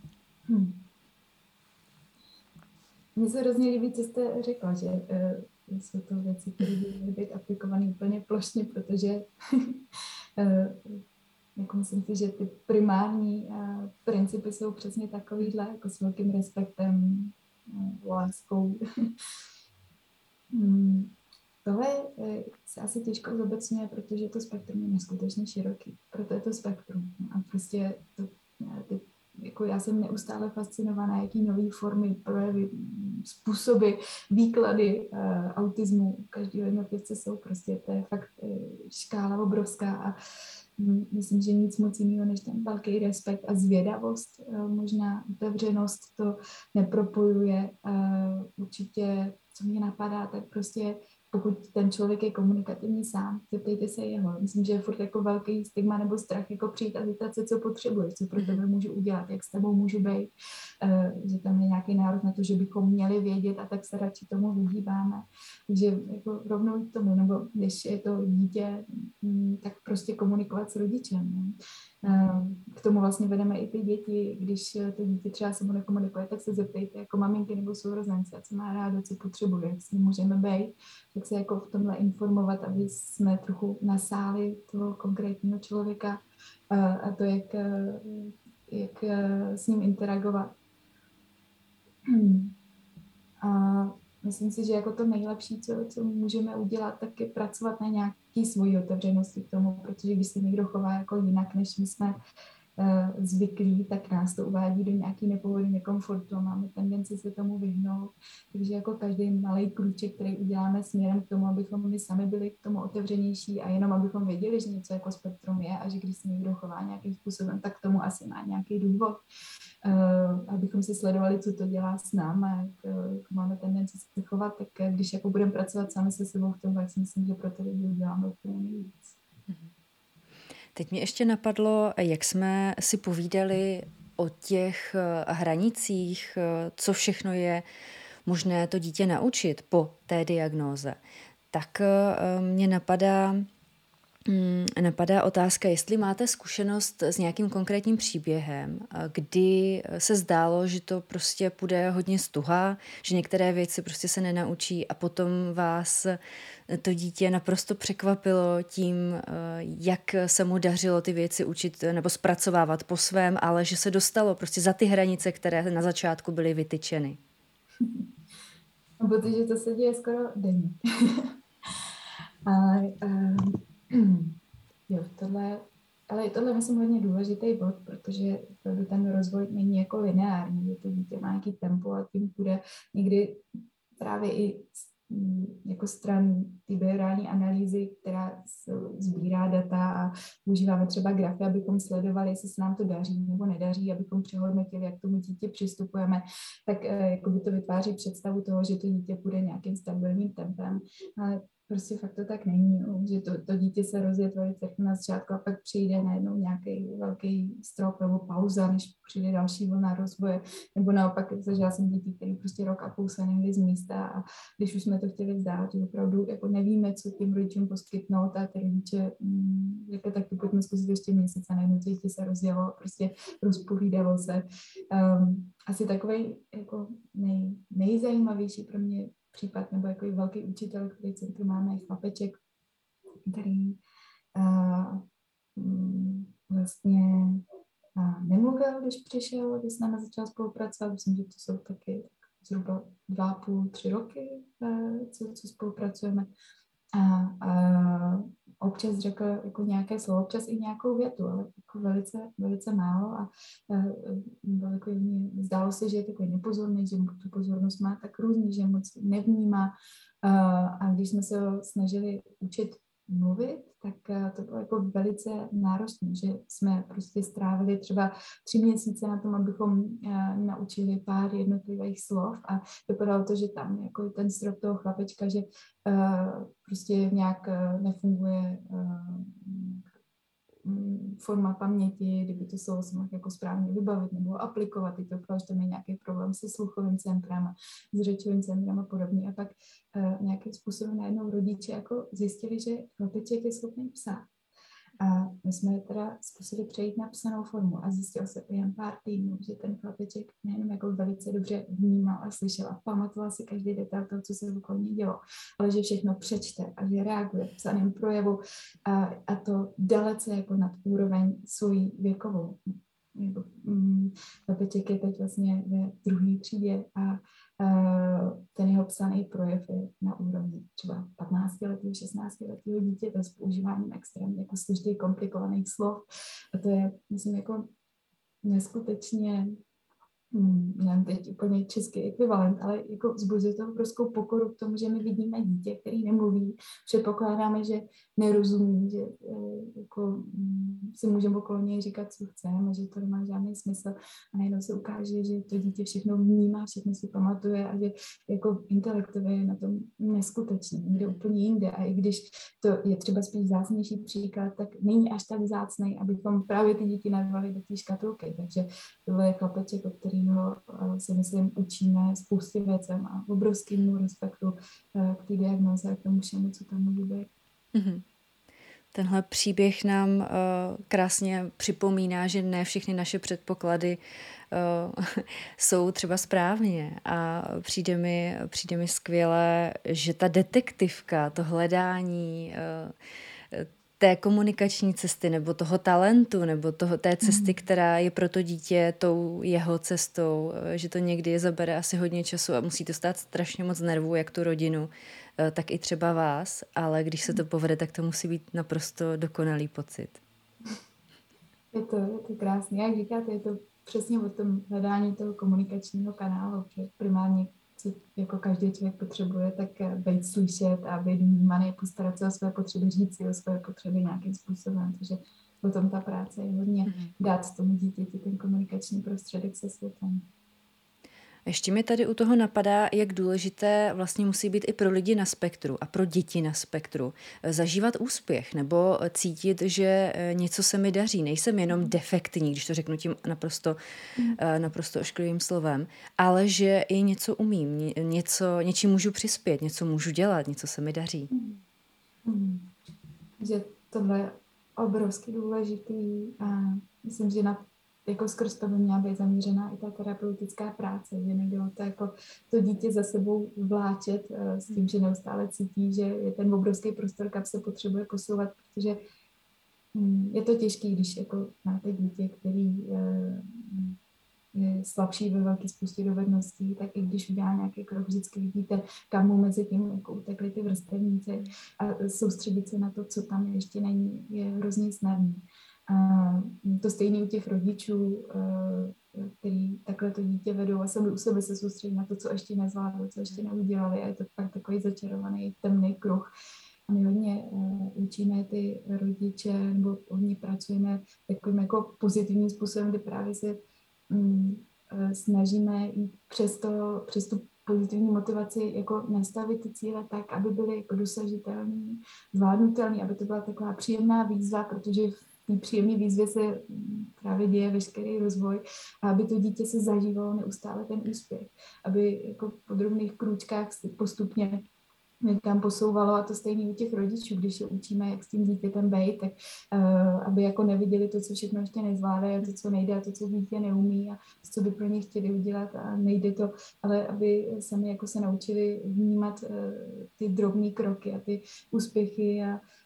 Mně se hrozně líbí, co jste řekla, že jsou to věci, které by měly být aplikované úplně plošně, protože jako myslím si, že ty primární principy jsou přesně takovýhle, jako s velkým respektem, láskou. Tohle se asi těžko zobecňuje, protože to spektrum je neskutečně široký. Proto je to spektrum. A prostě jako já jsem neustále fascinovaná, jaký nový formy, projevy, způsoby, výklady autismu každého jednotlivce jsou. Prostě to je fakt škála obrovská a myslím, že nic moc jiného než ten velký respekt a zvědavost, možná otevřenost to nepropojuje. Určitě, co mě napadá, tak prostě pokud ten člověk je komunikativní sám, zeptejte se jeho. Myslím, že je furt jako velký stigma nebo strach jako přijít a zeptat se, co potřebuješ, co pro tebe můžu udělat, jak s tebou můžu být, že tam je nějaký nárok na to, že bychom měli vědět a tak se radši tomu vyhýbáme. Takže jako rovnou k tomu, nebo když je to dítě, tak prostě komunikovat s rodičem. No. K tomu vlastně vedeme i ty děti, když to dítě třeba se mu nekomunikuje, tak se zeptejte jako maminky nebo sourozence, co má rádo, co potřebuje, jak s ním můžeme být, tak se jako v tomhle informovat, aby jsme trochu nasáli toho konkrétního člověka a to, jak s ním interagovat. A myslím si, že jako to nejlepší, co můžeme udělat, tak je pracovat na nějaký svojí otevřenosti k tomu, protože když se někdo chová jako jinak, než my jsme zvyklí, tak nás to uvádí do nějaký nepohody, nekomfortu a máme tendenci se tomu vyhnout. Takže jako každý malý krůček, který uděláme směrem k tomu, abychom my sami byli k tomu otevřenější a jenom abychom věděli, že něco jako spektrum je a že když se někdo chová nějakým způsobem, tak k tomu asi má nějaký důvod. Abychom si sledovali, co to dělá s námi, jak máme tendenci se chovat, tak když jako budeme pracovat sami se sebou v tom, tak si myslím, že pro to lidi uděláme úplně nejvíc. Teď mě ještě napadlo, jak jsme si povídali o těch hranicích, co všechno je možné to dítě naučit po té diagnóze. Tak mě napadá otázka, jestli máte zkušenost s nějakým konkrétním příběhem, kdy se zdálo, že to prostě půjde hodně stuha, že některé věci prostě se nenaučí a potom vás to dítě naprosto překvapilo tím, jak se mu dařilo ty věci učit nebo zpracovávat po svém, ale že se dostalo prostě za ty hranice, které na začátku byly vytyčeny. Protože to se děje skoro denně. Jo, tohle myslím hodně důležitý bod, protože ten rozvoj není jako lineární, že to dítě má nějaký tempo a tím bude někdy právě i jako stran té behaviorální analýzy, která sbírá data a používáme třeba grafy, abychom sledovali, jestli se nám to daří nebo nedaří, abychom přehodnotili, jak k tomu dítě přistupujeme, tak jako by to vytváří představu toho, že to dítě půjde nějakým stabilním tempem, ale prostě fakt to tak není, že to dítě se rozjet velice na začátku a pak přijde najednou nějaký velký strop nebo pauza, než přijde další vlna rozvoje, nebo naopak zažila jsem děti, které prostě rok a půl se neměly z místa a když už jsme to chtěli vzdát, že opravdu jako nevíme, co těm rodičům poskytnout a ty rodiče jako taky pojďme zkusit ještě měsíc a najednou dítě se rozjelo, prostě rozpovídalo se. Asi takový jako nejzajímavější pro mě případ, nebo jako velký učitel, který v centru máme, je chlapeček, který vlastně nemluvil, když přišel, když s námi začal spolupracovat. Myslím, že to jsou taky zhruba 2,5-3 roky, co spolupracujeme. A občas řekl jako nějaké slovo, občas i nějakou větu, ale jako velice, velice málo a jako zdálo se, že je takový nepozorný, že tu pozornost má tak různý, že moc nevnímá a když jsme se ho snažili učit mluvit, tak to bylo jako velice náročné, že jsme prostě strávili třeba 3 měsíce na tom, abychom naučili pár jednotlivých slov a vypadalo to, že tam jako ten strop toho chlapečka, že prostě nějak nefunguje forma paměti, kdyby to slovo se mohl jako správně vybavit nebo aplikovat, i to, protože tam je nějaký problém se sluchovým centrem, s řečovým centrem a podobně. A pak nějakým způsobem najednou rodiče jako zjistili, že chlapeček je schopný psát. A my jsme teda zkusili přejít na psanou formu a zjistilo se během pár týdnů, že ten chlapeček nejenom jako velice dobře vnímal a slyšel a pamatoval si každý detail toho, co se okolo něj dělo, ale že všechno přečte a že reaguje v psaném projevu a to dalece jako nad úroveň svojí věkovou. Chlapeček je teď vlastně ve 2. třídě a ten jeho psaný projev je na úrovni třeba 15letého, 16letého dítěte s používáním extrémně jako složitých, komplikovaných slov. A to je, myslím, jako neskutečně, nevím teď úplně český ekvivalent, ale jako vzbuzuje to obrovskou pokoru k tomu, že my vidíme dítě, který nemluví, předpokládáme, že nerozumí, že jako si můžeme okolo něj říkat, co chceme, že to nemá žádný smysl a najednou se ukáže, že to dítě všechno vnímá, všechno si pamatuje a že jako intelektově je na tom neskutečně, někde úplně jinde a i když to je třeba spíš vzácnější příklad, tak není až tak vzácnej, abychom právě ty děti narvali do té škatulky, takže tohle je chlapeček, o kterého si myslím učíme spousty věcem a obrovskému respektu k té diagnoze a k tomu všemu, co tam může být. Mm-hmm. Tenhle příběh nám krásně připomíná, že ne všechny naše předpoklady jsou třeba správně a přijde mi skvěle, že ta detektivka, to hledání té komunikační cesty nebo toho talentu nebo té cesty, která je pro to dítě tou jeho cestou, že to někdy zabere asi hodně času a musí to stát strašně moc nervů, jak tu rodinu, tak i třeba vás, ale když se to povede, tak to musí být naprosto dokonalý pocit. Je to krásné. Jak říkáte, je to přesně o tom hledání toho komunikačního kanálu, že primárně co jako každý člověk potřebuje, tak být slyšet a být vnímaný, postarat se o své potřeby, říct si o své potřeby nějakým způsobem. Takže potom ta práce je hodně dát tomu dítěti ten komunikační prostředek se světem. Ještě mi tady u toho napadá, jak důležité vlastně musí být i pro lidi na spektru a pro děti na spektru zažívat úspěch nebo cítit, že něco se mi daří. Nejsem jenom defektní, když to řeknu tím naprosto ošklivým slovem, ale že i něco umím, něčím můžu přispět, něco můžu dělat, něco se mi daří. Že tohle je obrovsky důležitý a myslím, že jako skrz to by měla být zaměřená i ta terapeutická práce, že nejde o to jako to dítě za sebou vláčet s tím, že neustále cítí, že je ten obrovský prostor, kam se potřebuje posouvat, protože je to těžké, když jako máte dítě, který je slabší ve velké spoustě dovedností, tak i když udělá nějaký krok, vždycky vidíte, kam mu mezi tím jako utekly ty vrstevníci a soustředit se na to, co tam ještě není, je hrozně snadné. A to stejné u těch rodičů, který takhle to dítě vedou a sami u sebe se soustředí na to, co ještě nezvládli, co ještě neudělali a je to fakt takový začarovaný temný kruh. A my hodně učíme ty rodiče, nebo hodně pracujeme takovým jako pozitivním způsobem, kdy právě se snažíme jít přes tu pozitivní motivaci jako nastavit ty cíle tak, aby byly jako dosažitelný, zvládnutelný, aby to byla taková příjemná výzva, protože v té příjemné výzvě se právě děje veškerý rozvoj a aby to dítě se zažívalo neustále ten úspěch, aby jako po drobných krůčkách postupně někam posouvalo a to stejný u těch rodičů, když je učíme, jak s tím dítětem bejt, tak aby jako neviděli to, co všechno ještě nezvládají a to, co nejde a to, co dítě neumí a co by pro ně chtěli udělat a nejde to, ale aby sami jako se naučili vnímat ty drobné kroky a ty úspěchy a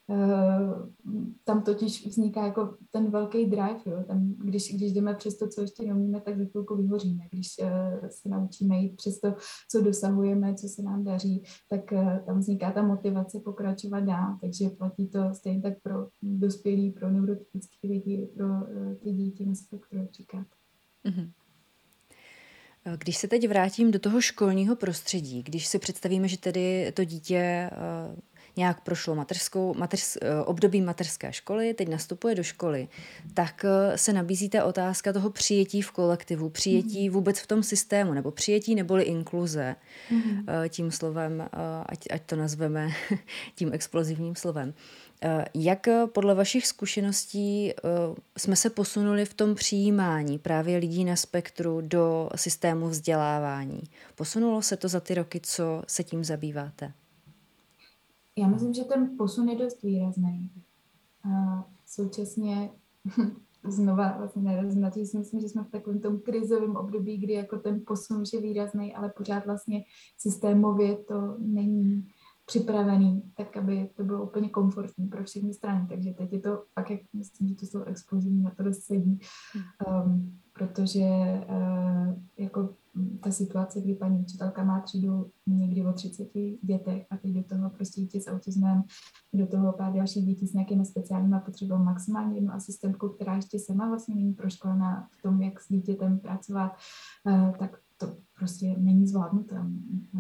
tam totiž vzniká jako ten velký drive, jo? Tam, když jdeme přes to, co ještě neumíme, tak za chvilku vyhoříme. Když se naučíme jít přes to, co dosahujeme, co se nám daří, tak tam vzniká ta motivace pokračovat dál. Takže platí to stejně tak pro dospělí, pro neurotypické lidi, pro ty děti na spektru, jak říkáte. Mm-hmm. Když se teď vrátím do toho školního prostředí, když si představíme, že tedy to dítě nějak prošlo období mateřské školy, teď nastupuje do školy, tak se nabízí ta otázka toho přijetí v kolektivu, přijetí vůbec v tom systému, nebo přijetí neboli inkluze, tím slovem, ať to nazveme tím explozivním slovem. Jak podle vašich zkušeností jsme se posunuli v tom přijímání právě lidí na spektru do systému vzdělávání? Posunulo se to za ty roky, co se tím zabýváte? Já myslím, že ten posun je dost výrazný. A současně znova vlastně narazím na to, že si myslím, že jsme v takovém tom krizovém období, kdy jako ten posun je výrazný, ale pořád vlastně systémově to není připravený, tak aby to bylo úplně komfortní pro všechny strany. Takže teď je to fakt, jak myslím, že to jsou explozivní, na to dost sedí, protože jako ta situace, kdy paní učitelka má třídu někdy o 30 dětech a teď do toho prostě dítě s autismem, do toho pár dalších dětí s nějakými speciálními potřebami, maximálně jednu asistentku, která ještě sama vlastně není proškolená v tom, jak s dítětem pracovat, tak to prostě není zvládnutelné.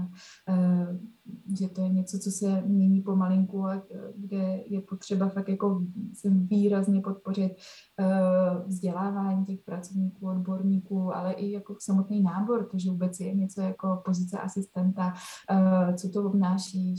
Že to je něco, co se mění pomalinku a kde je potřeba fakt jako výrazně podpořit vzdělávání těch pracovníků, odborníků, ale i jako samotný nábor, to, že vůbec je něco jako pozice asistenta, co to obnáší,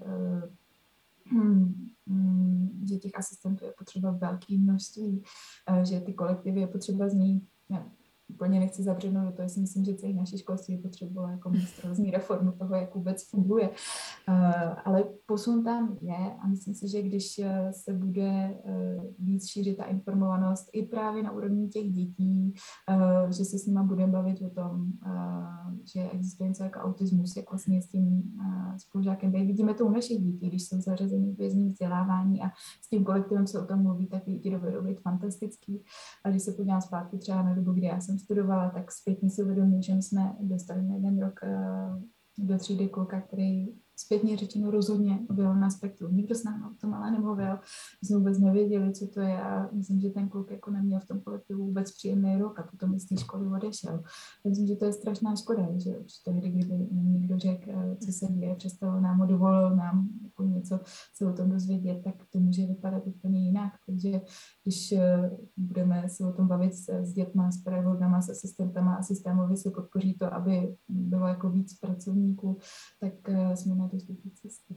že těch asistentů je potřeba velké množství, že ty kolektivy je potřeba z ní úplně nechci zabřednout do toho, si myslím, že celý naše školství potřebuje jako monstrózní reformu toho, jak vůbec funguje. Ale posun tam je a myslím si, že když se bude víc šířit ta informovanost i právě na úrovni těch dětí, že se s nimi budeme bavit o tom, že existuje něco jako autismus, jak vlastně s tím spolužákem být. Vidíme to u našich dětí, když jsou zařazení v vězním vzdělávání a s tím kolektivem se o tom mluví, tak ty děti dovedou být fantastický. A když se podívám zpátky třeba na dobu, kdy já jsem studovala, tak zpětně si uvědomuji, že jsme dostali na jeden rok do třídy kluka, který zpětně řečeno rozhodně byl na spektru. Nikdo s námi o tom ale nemluvil, my jsme vůbec nevěděli, co to je a myslím, že ten kluk jako neměl v tom kolektivu vůbec příjemný rok a potom z té školy odešel. Myslím, že to je strašná škoda, že už tehdy, kdyby někdo řekl, co se děje, přestalo nám, dovolil nám jako něco se o tom dozvědět, tak to může vypadat úplně jinak. Takže když budeme se o tom bavit s dětma, s pedagogama, s asistentama a systémově se podpoří to, aby bylo jako víc pracovníků, tak jsme na dost dobré cestě.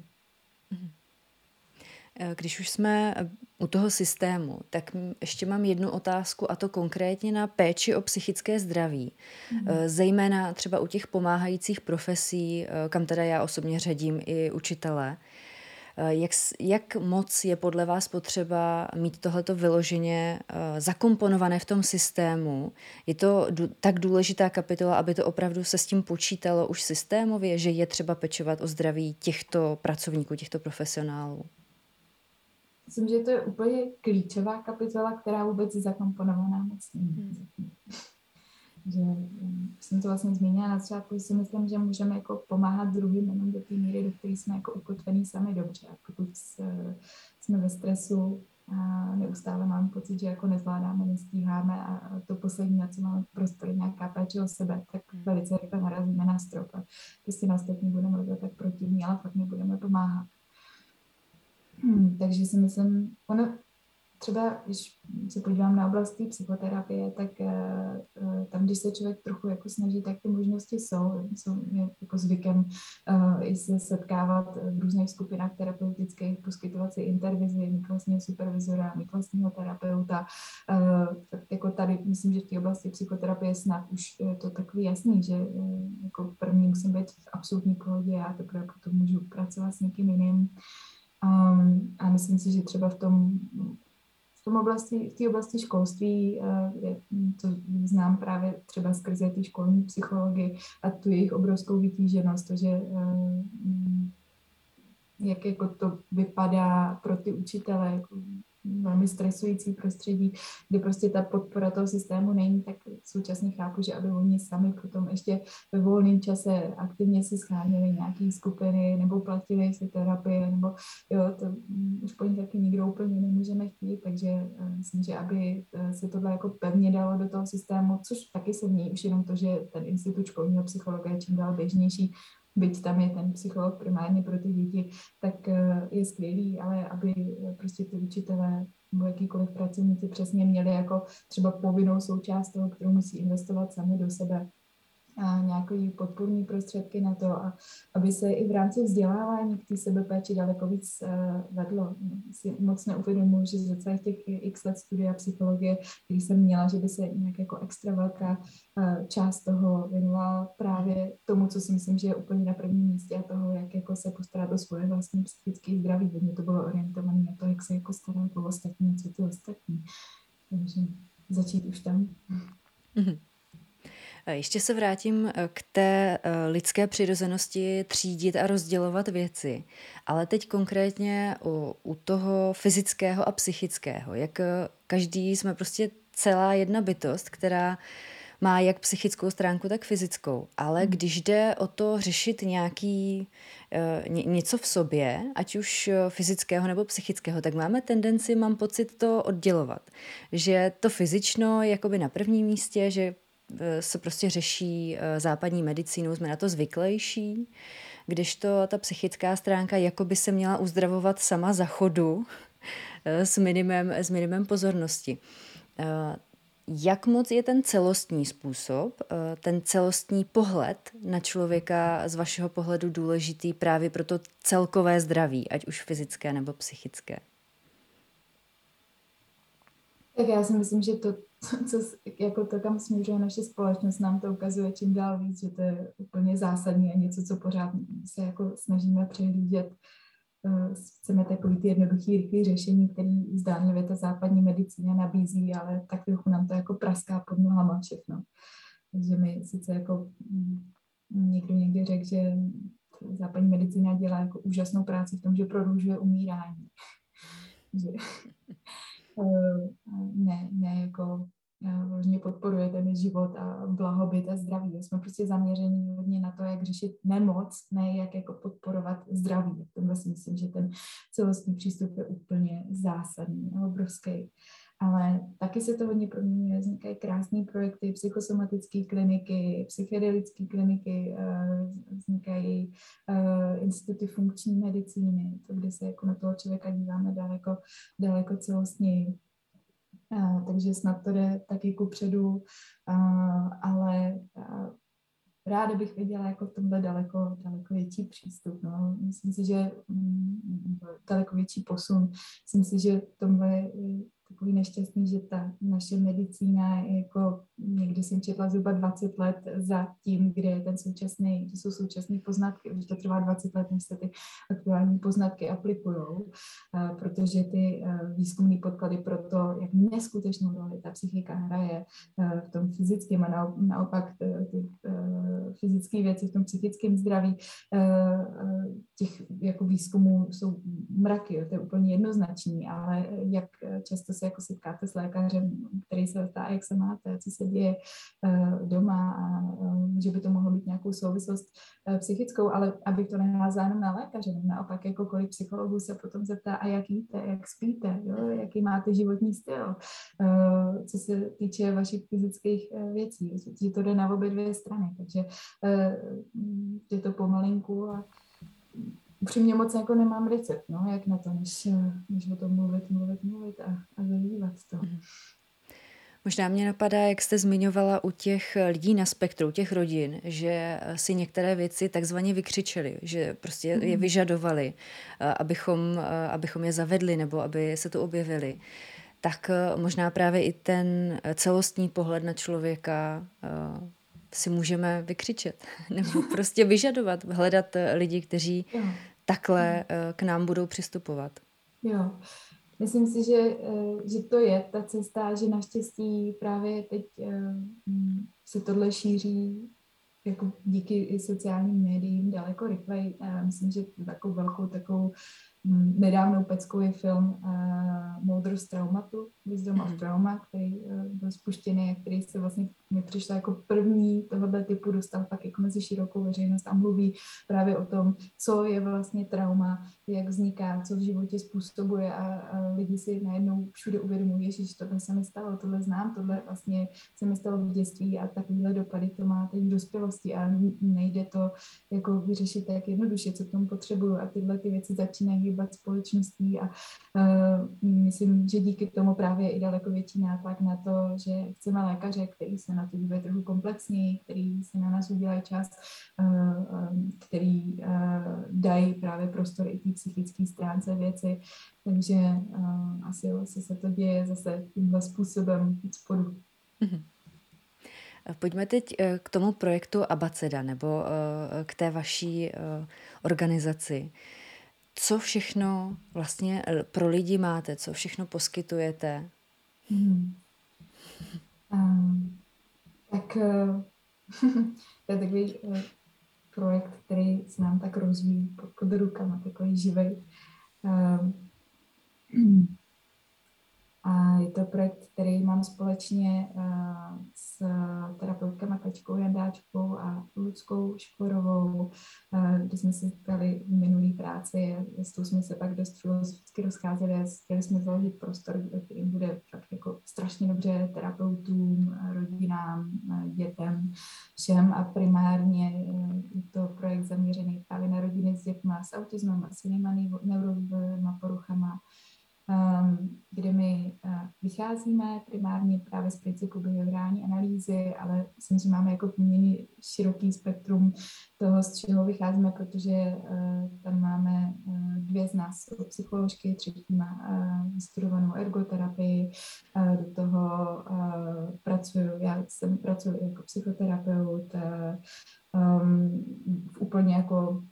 Když už jsme u toho systému, tak ještě mám jednu otázku a to konkrétně na péči o psychické zdraví. Zejména třeba u těch pomáhajících profesí, kam teda já osobně řadím i učitele. Jak moc je podle vás potřeba mít tohleto vyloženě zakomponované v tom systému? Je to tak důležitá kapitola, aby to opravdu se s tím počítalo už systémově, že je třeba pečovat o zdraví těchto pracovníků, těchto profesionálů? Myslím, že to je úplně klíčová kapitola, která vůbec je zakomponovaná moc není. Že jsem to vlastně zmínila na začátku, že si myslím, že můžeme jako pomáhat druhým jenom do té míry, do které jsme jako ukotvení sami dobře. A pokud jsme ve stresu a neustále máme pocit, že jako nezvládáme, nestíháme a to poslední, na co máme prostor, je nějaká péče o sebe, tak velice rychle narazíme na strop a prostě na ostatní budeme robit tak protivní, ale fakt nebudeme pomáhat. Takže si myslím, třeba, když se podívám na oblast té psychoterapie, tak tam, když se člověk trochu jako snaží, tak ty možnosti jsou jako zvykem i se setkávat v různých skupinách terapeutických, poskytovat si intervizi, mít vlastně supervizora, mít vlastního terapeuta. Tak jako tady myslím, že v té oblasti psychoterapie snad už je to takový jasný, že jako první musím být v absolutní pohodě a teprve potom můžu pracovat s někým jiným. A myslím si, že třeba v té oblasti školství, to znám právě třeba skrze ty školní psychologii a tu jejich obrovskou vytíženost, to, že jak jako to vypadá pro ty učitele, jako velmi stresující prostředí, kde prostě ta podpora toho systému není, tak současně chápu, že aby oni sami potom ještě ve volném čase aktivně si scháněli nějaké skupiny nebo platili si terapie, nebo jo, to už po ní taky nikdo úplně nemůžeme chtít, takže myslím, že aby se tohle jako pevně dalo do toho systému, což taky se mění už jenom to, že ten institut školního psychologa je čím dál běžnější, byť tam je ten psycholog primárně pro ty děti, tak je skvělý, ale aby prostě ty učitelé nebo jakýkoliv pracovníci přesně měli jako třeba povinnou součást toho, kterou musí investovat sami do sebe, a nějaké podpůrné prostředky na to, a aby se i v rámci vzdělávání k té sebepéči daleko víc vedlo. Si moc neuvědomuji, že za celých těch x let studia psychologie, který jsem měla, že by se nějak jako extra velká část toho věnovala právě tomu, co si myslím, že je úplně na prvním místě, a toho, jak jako se postarat o svoje vlastní psychické zdraví. Mně to bylo orientované na to, jak se jako starat o ostatní, co ty ostatní. Takže začít už tam. Mm-hmm. Ještě se vrátím k té lidské přirozenosti třídit a rozdělovat věci, ale teď konkrétně u toho fyzického a psychického. Jak každý jsme prostě celá jedna bytost, která má jak psychickou stránku, tak fyzickou. Ale když jde o to řešit něco v sobě, ať už fyzického nebo psychického, tak máme tendenci, mám pocit, to oddělovat. Že to fyzično je jakoby na prvním místě, že se prostě řeší západní medicínou, jsme na to zvyklejší, kdežto ta psychická stránka jakoby se měla uzdravovat sama za chodu s minimem pozornosti. Jak moc je ten celostní způsob, ten celostní pohled na člověka z vašeho pohledu důležitý právě pro to celkové zdraví, ať už fyzické nebo psychické? Tak já si myslím, že jako to, kam směřuje naše společnost, nám to ukazuje čím dál víc, že to je úplně zásadní a něco, co pořád se jako snažíme přehlížet. Chceme takový ty jednoduchý, rychlý řešení, který zdánlivě ta západní medicína nabízí, ale tak trochu nám to jako praská pod nohama všechno. Takže my sice jako někdo někdy řekl, že západní medicína dělá jako úžasnou práci v tom, že prodlužuje umírání. Že ne jako vlastně podporuje ten život a blahobyt a zdraví. Jsme prostě zaměření hodně na to, jak řešit nemoc, ne jak jako podporovat zdraví. V tomhle si myslím, že ten celostní přístup je úplně zásadní a obrovský. Ale taky se to hodně proměňuje, vznikají krásné projekty, psychosomatické kliniky, psychedelické kliniky, vznikají instituty funkční medicíny, to, kde se jako na toho člověka díváme daleko celostněji. Takže snad to jde taky kupředu, ale ráda bych viděla jako v tomhle daleko větší přístup. No. Myslím si, že daleko větší posun. Myslím si, že v tomhle je takový nešťastný, že ta naše medicína je jako, někdy jsem četla zhruba 20 let za tím, kde je to jsou současné poznatky, že to trvá 20 let, než se ty aktuální poznatky aplikujou, protože ty výzkumné podklady pro to, jak neskutečnou roli ta psychika hraje v tom fyzickém a naopak ty fyzické věci v tom psychickém zdraví, těch jako výzkumů jsou mraky, jo, to je úplně jednoznačný, ale jak často se jako setkáte s lékařem, který se ptá, jak se máte, co se děje doma, a že by to mohlo být nějakou souvislost psychickou, ale abych to neházala jenom na lékaře, naopak jako kolik psychologů se potom zeptá, a jak jíte, jak spíte, jo, jaký máte životní styl, co se týče vašich fyzických věcí, že to jde na obě dvě strany, takže je to pomalinku a upřímně moc jako nemám recept, no, jak na to, než o tom mluvit a zažívat to. Možná mě napadá, jak jste zmiňovala u těch lidí na spektru, těch rodin, že si některé věci takzvaně vykřičeli, že prostě je vyžadovali, abychom je zavedli nebo aby se tu objevili. Tak možná právě i ten celostní pohled na člověka si můžeme vykřičet nebo prostě vyžadovat, hledat lidi, kteří takhle k nám budou přistupovat. Jo. Myslím si, že to je ta cesta, že naštěstí právě teď se tohle šíří jako díky i sociálním médiím daleko rychleji. Myslím, že takovou velkou nedávnou peckou je film Moudrost traumatu, Wisdom of Trauma, který byl spuštěný a který se vlastně mi přišel jako první tohoto typu, dostal pak jako mezi širokou veřejnost a mluví právě o tom, co je vlastně trauma, jak vzniká, co v životě způsobuje a lidi si najednou všude uvědomují, že tohle se mi stalo, tohle znám, tohle vlastně se mi stalo v dětství a takovýhle dopady to má teď v dospělosti a nejde to jako vyřešit tak jednoduše, co k tomu potřebuju a tyhle ty věci začínají hýbat společností a myslím, že díky tomu právě je i daleko větší nátlak na to, že chceme lékaře, který se na to dívají trochu komplexněji, který si na nás udělají čas, který dají právě prostor i té psychické stránce věci, takže asi se to děje zase tímhle způsobem spodu. Mm-hmm. Pojďme teď k tomu projektu Abeceda nebo k té vaší organizaci. Co všechno vlastně pro lidi máte, co všechno poskytujete? Tak to je takový projekt, který se nám tak rozvíjí pod rukama, takový živej. A je to projekt, který mám společně s terapeutkama Kačkou Jandáčkou a Luckou Šporovou, kde jsme se setkali v minulý práci. S tou jsme se pak dost filozoficky rozcházeli a chtěli jsme založit prostor, který bude fakt jako strašně dobře terapeutům, rodinám, dětem, všem a primárně je to projekt zaměřený právě na rodiny s dětma s autismem a s jinýma neurovými poruchama, kde my vycházíme primárně právě z principu behaviorální analýzy, ale myslím, že máme jako poměrně široký spektrum toho, z čeho vycházíme, protože tam máme dvě z nás psycholožky, třetí má vystudovanou ergoterapii, do toho pracuji jako psychoterapeut, v úplně jako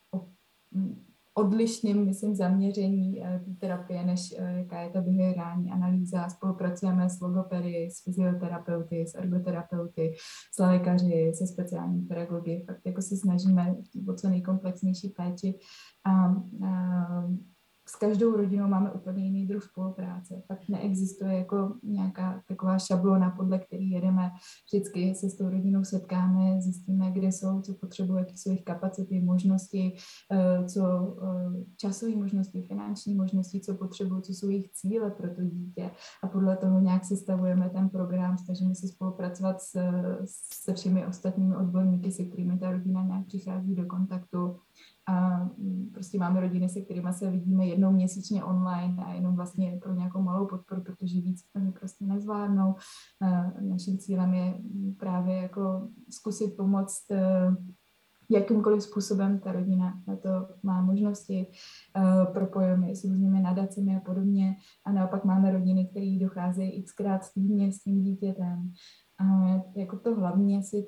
odlišným, myslím, zaměření terapie, než jaká je ta behaviorální analýza. Spolupracujeme s logopedy, s fyzioterapeuty, s ergoterapeuty, s lékaři, se speciální pedagogy. Fakt jako se snažíme o co nejkomplexnější péči a s každou rodinou máme úplně jiný druh spolupráce. Fakt neexistuje jako nějaká taková šablona, podle který jedeme. Vždycky se s tou rodinou setkáme, zjistíme, kde jsou, co potřebují, jaké jsou jejich kapacity, možnosti, co časové možnosti, finanční možnosti, co potřebují, co jsou jejich cíle pro to dítě. A podle toho nějak sestavujeme ten program, snažíme se spolupracovat se všemi ostatními odborníky, se kterými ta rodina nějak přichází do kontaktu. A prostě máme rodiny, se kterými se vidíme jednou měsíčně online a jenom vlastně pro nějakou malou podporu, protože víc oni prostě nezvládnou. Naším cílem je právě jako zkusit pomoct jakýmkoliv způsobem ta rodina na to má možnosti, propojujeme s různými nadacemi a podobně. A naopak máme rodiny, které docházejí xkrát týdně s tím dítětem. A jako to hlavně asi,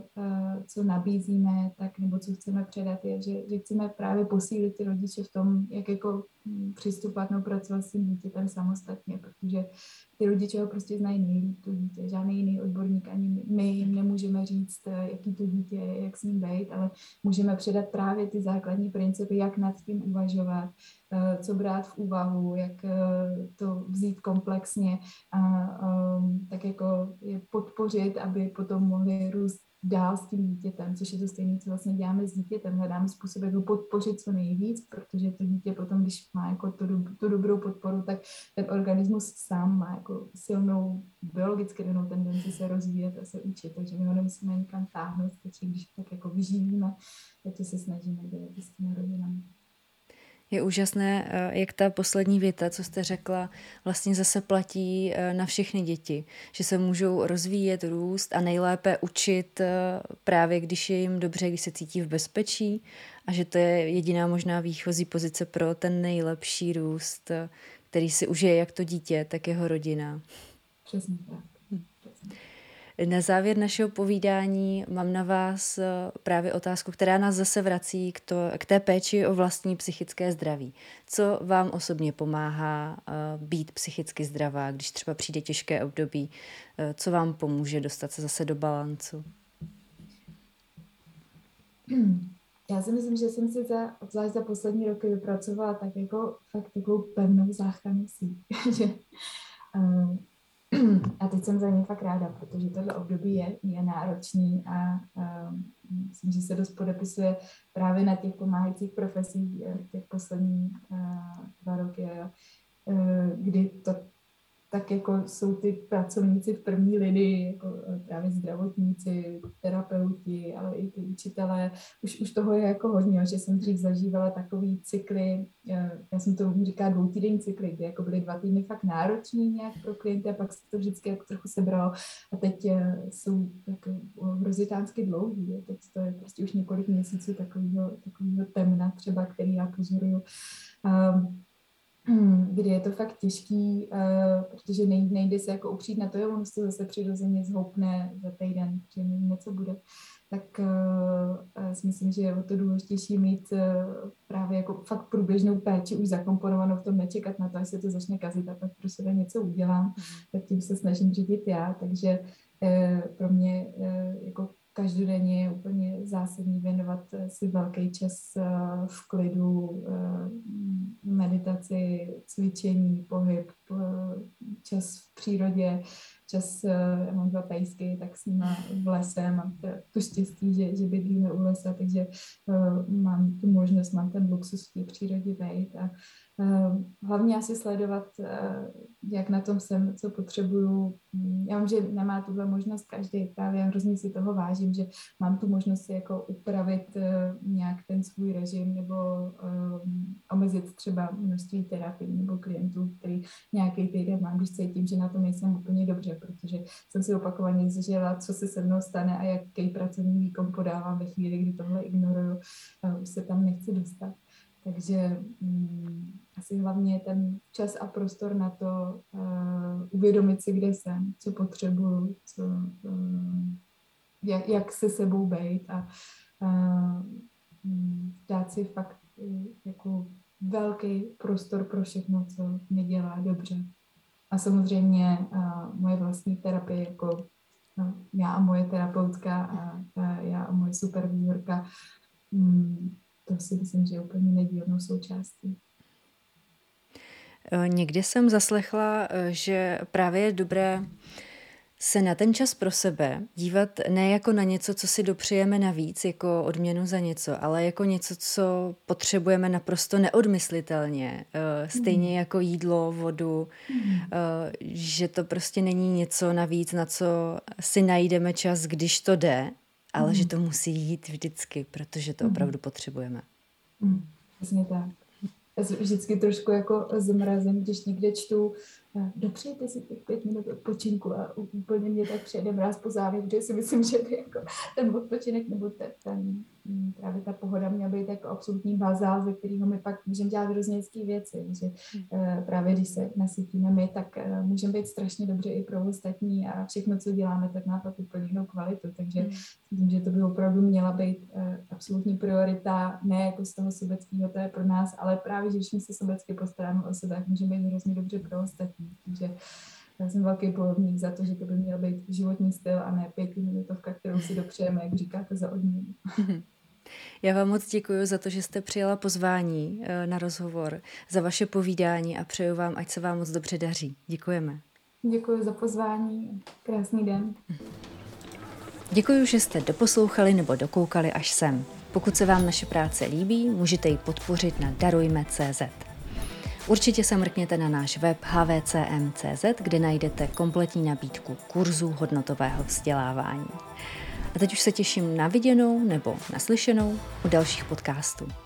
co nabízíme, tak nebo co chceme předat, je, že chceme právě posílit ty rodiče v tom, jak jako přistupovat nebo pracovat s tím dítětem samostatně, protože ty rodiče ho prostě znají nejlíp, to dítě. Žádný jiný odborník, ani my jim nemůžeme říct, jaký to dítě je, jak s ním být, ale můžeme předat právě ty základní principy, jak nad tím uvažovat, co brát v úvahu, jak to vzít komplexně a tak jako je podpořit, aby potom mohli růst dál s tím dítětem, což je to stejné, co vlastně děláme s dítětem. Hledáme způsob, jak ho podpořit co nejvíc, protože to dítě potom, když má jako tu dobrou podporu, tak ten organismus sám má jako silnou biologicky danou tendenci se rozvíjet a se učit, takže my ho nemusíme nikam táhnout, takže když tak jako vyživíme, tak to se snažíme dělat s těmi rodinami. Je úžasné, jak ta poslední věta, co jste řekla, vlastně zase platí na všechny děti, že se můžou rozvíjet, růst a nejlépe učit právě, když je jim dobře, když se cítí v bezpečí a že to je jediná možná výchozí pozice pro ten nejlepší růst, který si užije jak to dítě, tak jeho rodina. Přesně tak. Na závěr našeho povídání mám na vás právě otázku, která nás zase vrací k té péči o vlastní psychické zdraví. Co vám osobně pomáhá být psychicky zdravá, když třeba přijde těžké období? Co vám pomůže dostat se zase do balancu? Já si myslím, že jsem si obzvlášť za poslední roky vypracovala tak jako fakt takovou pevnou záchranu síť. A teď jsem za ně fakt ráda, protože tohle období je náročný a myslím, že se dost podepisuje právě na těch pomáhajících profesích těch posledních 2 roky, kdy to tak jako jsou ty pracovníci v první linii, jako právě zdravotníci, terapeuti, ale i ty učitelé. Už toho je jako hodně, že jsem dřív zažívala takový cykly, já jsem to říká 2týdenní cykly, kdy jako byly 2 týdny fakt náročný nějak pro klienty a pak se to vždycky jako trochu sebralo a teď jsou tak hrozitánsky dlouhý. Teď to je prostě už několik měsíců takového temna třeba, který já pozoruju. Kdy je to fakt těžký, protože nejde se jako upřít na to, jo, ono se to zase přirozeně zhoupne za týden, že něco bude, tak si myslím, že je o to důležitější mít právě jako fakt průběžnou péči už zakomponovanou v tom, nečekat na to, až se to začne kazit a pak pro sebe něco udělám, tak tím se snažím řídit já, takže pro mě jako každodenně je úplně zásadní věnovat si velký čas v klidu, meditaci, cvičení, pohyb, čas v přírodě, čas, já mám 2 pejsky, tak s nima v lese, mám to štěstí, že bydlíme u lesa, takže mám tu možnost, mám ten luxus v té přírodě být a hlavně asi sledovat, jak na tom jsem, co potřebuju. Já vím, že nemá tuhle možnost každý, právě já hrozně si toho vážím, že mám tu možnost si jako upravit nějak ten svůj režim nebo omezit třeba množství terapií nebo klientů, který nějaký týden mám, když cítím, že na tom nejsem úplně dobře, protože jsem si opakovaně zažila, co se se mnou stane a jaký pracovní výkon podávám ve chvíli, kdy tohle ignoruju, už se tam nechci dostat. Takže asi hlavně ten čas a prostor na to uvědomit si, kde jsem, co potřebuju, jak se sebou bejt a dát si fakt jako velký prostor pro všechno, co mi dělá dobře. A samozřejmě moje vlastní terapie, jako já a moje terapeutka a já a moje supervizorka, to si myslím, že je úplně nedílnou součástí. Někdy jsem zaslechla, že právě je dobré se na ten čas pro sebe dívat ne jako na něco, co si dopřejeme navíc, jako odměnu za něco, ale jako něco, co potřebujeme naprosto neodmyslitelně. Stejně jako jídlo, vodu, že to prostě není něco navíc, na co si najdeme čas, když to jde, ale že to musí jít vždycky, protože to opravdu potřebujeme. Přesně tak. Já se vždycky trošku jako zmrazím, když někde čtu, dopřejte si těch 5 minut odpočinku a úplně mě tak přijede mráz po zádech, protože si myslím, že by jako ten odpočinek nebo právě ta pohoda měla být jako absolutní bazál, ze kterého my pak můžeme dělat hrozně hezký věci, že právě když se nasytíme my, tak můžeme být strašně dobře i pro ostatní a všechno, co děláme, tak má pak úplně jinou kvalitu, takže myslím, že to by opravdu měla být absolutní priorita, ne jako z toho sobeckého, to je pro nás, ale právě, že když my se sobecky postaráme o sebe, tak můžeme být hrozně dobře pro ostatní. Takže já jsem velký bojovník za to, že to by měl být životní styl a ne 5minutovka, kterou si dopřejeme, jak říkáte, za odměnu. Já vám moc děkuji za to, že jste přijala pozvání na rozhovor, za vaše povídání a přeju vám, ať se vám moc dobře daří. Děkujeme. Děkuji za pozvání. Krásný den. Děkuji, že jste doposlouchali nebo dokoukali až sem. Pokud se vám naše práce líbí, můžete ji podpořit na darujme.cz. Určitě se mrkněte na náš web hvcm.cz, kde najdete kompletní nabídku kurzů hodnotového vzdělávání. A teď už se těším na viděnou nebo naslyšenou u dalších podcastů.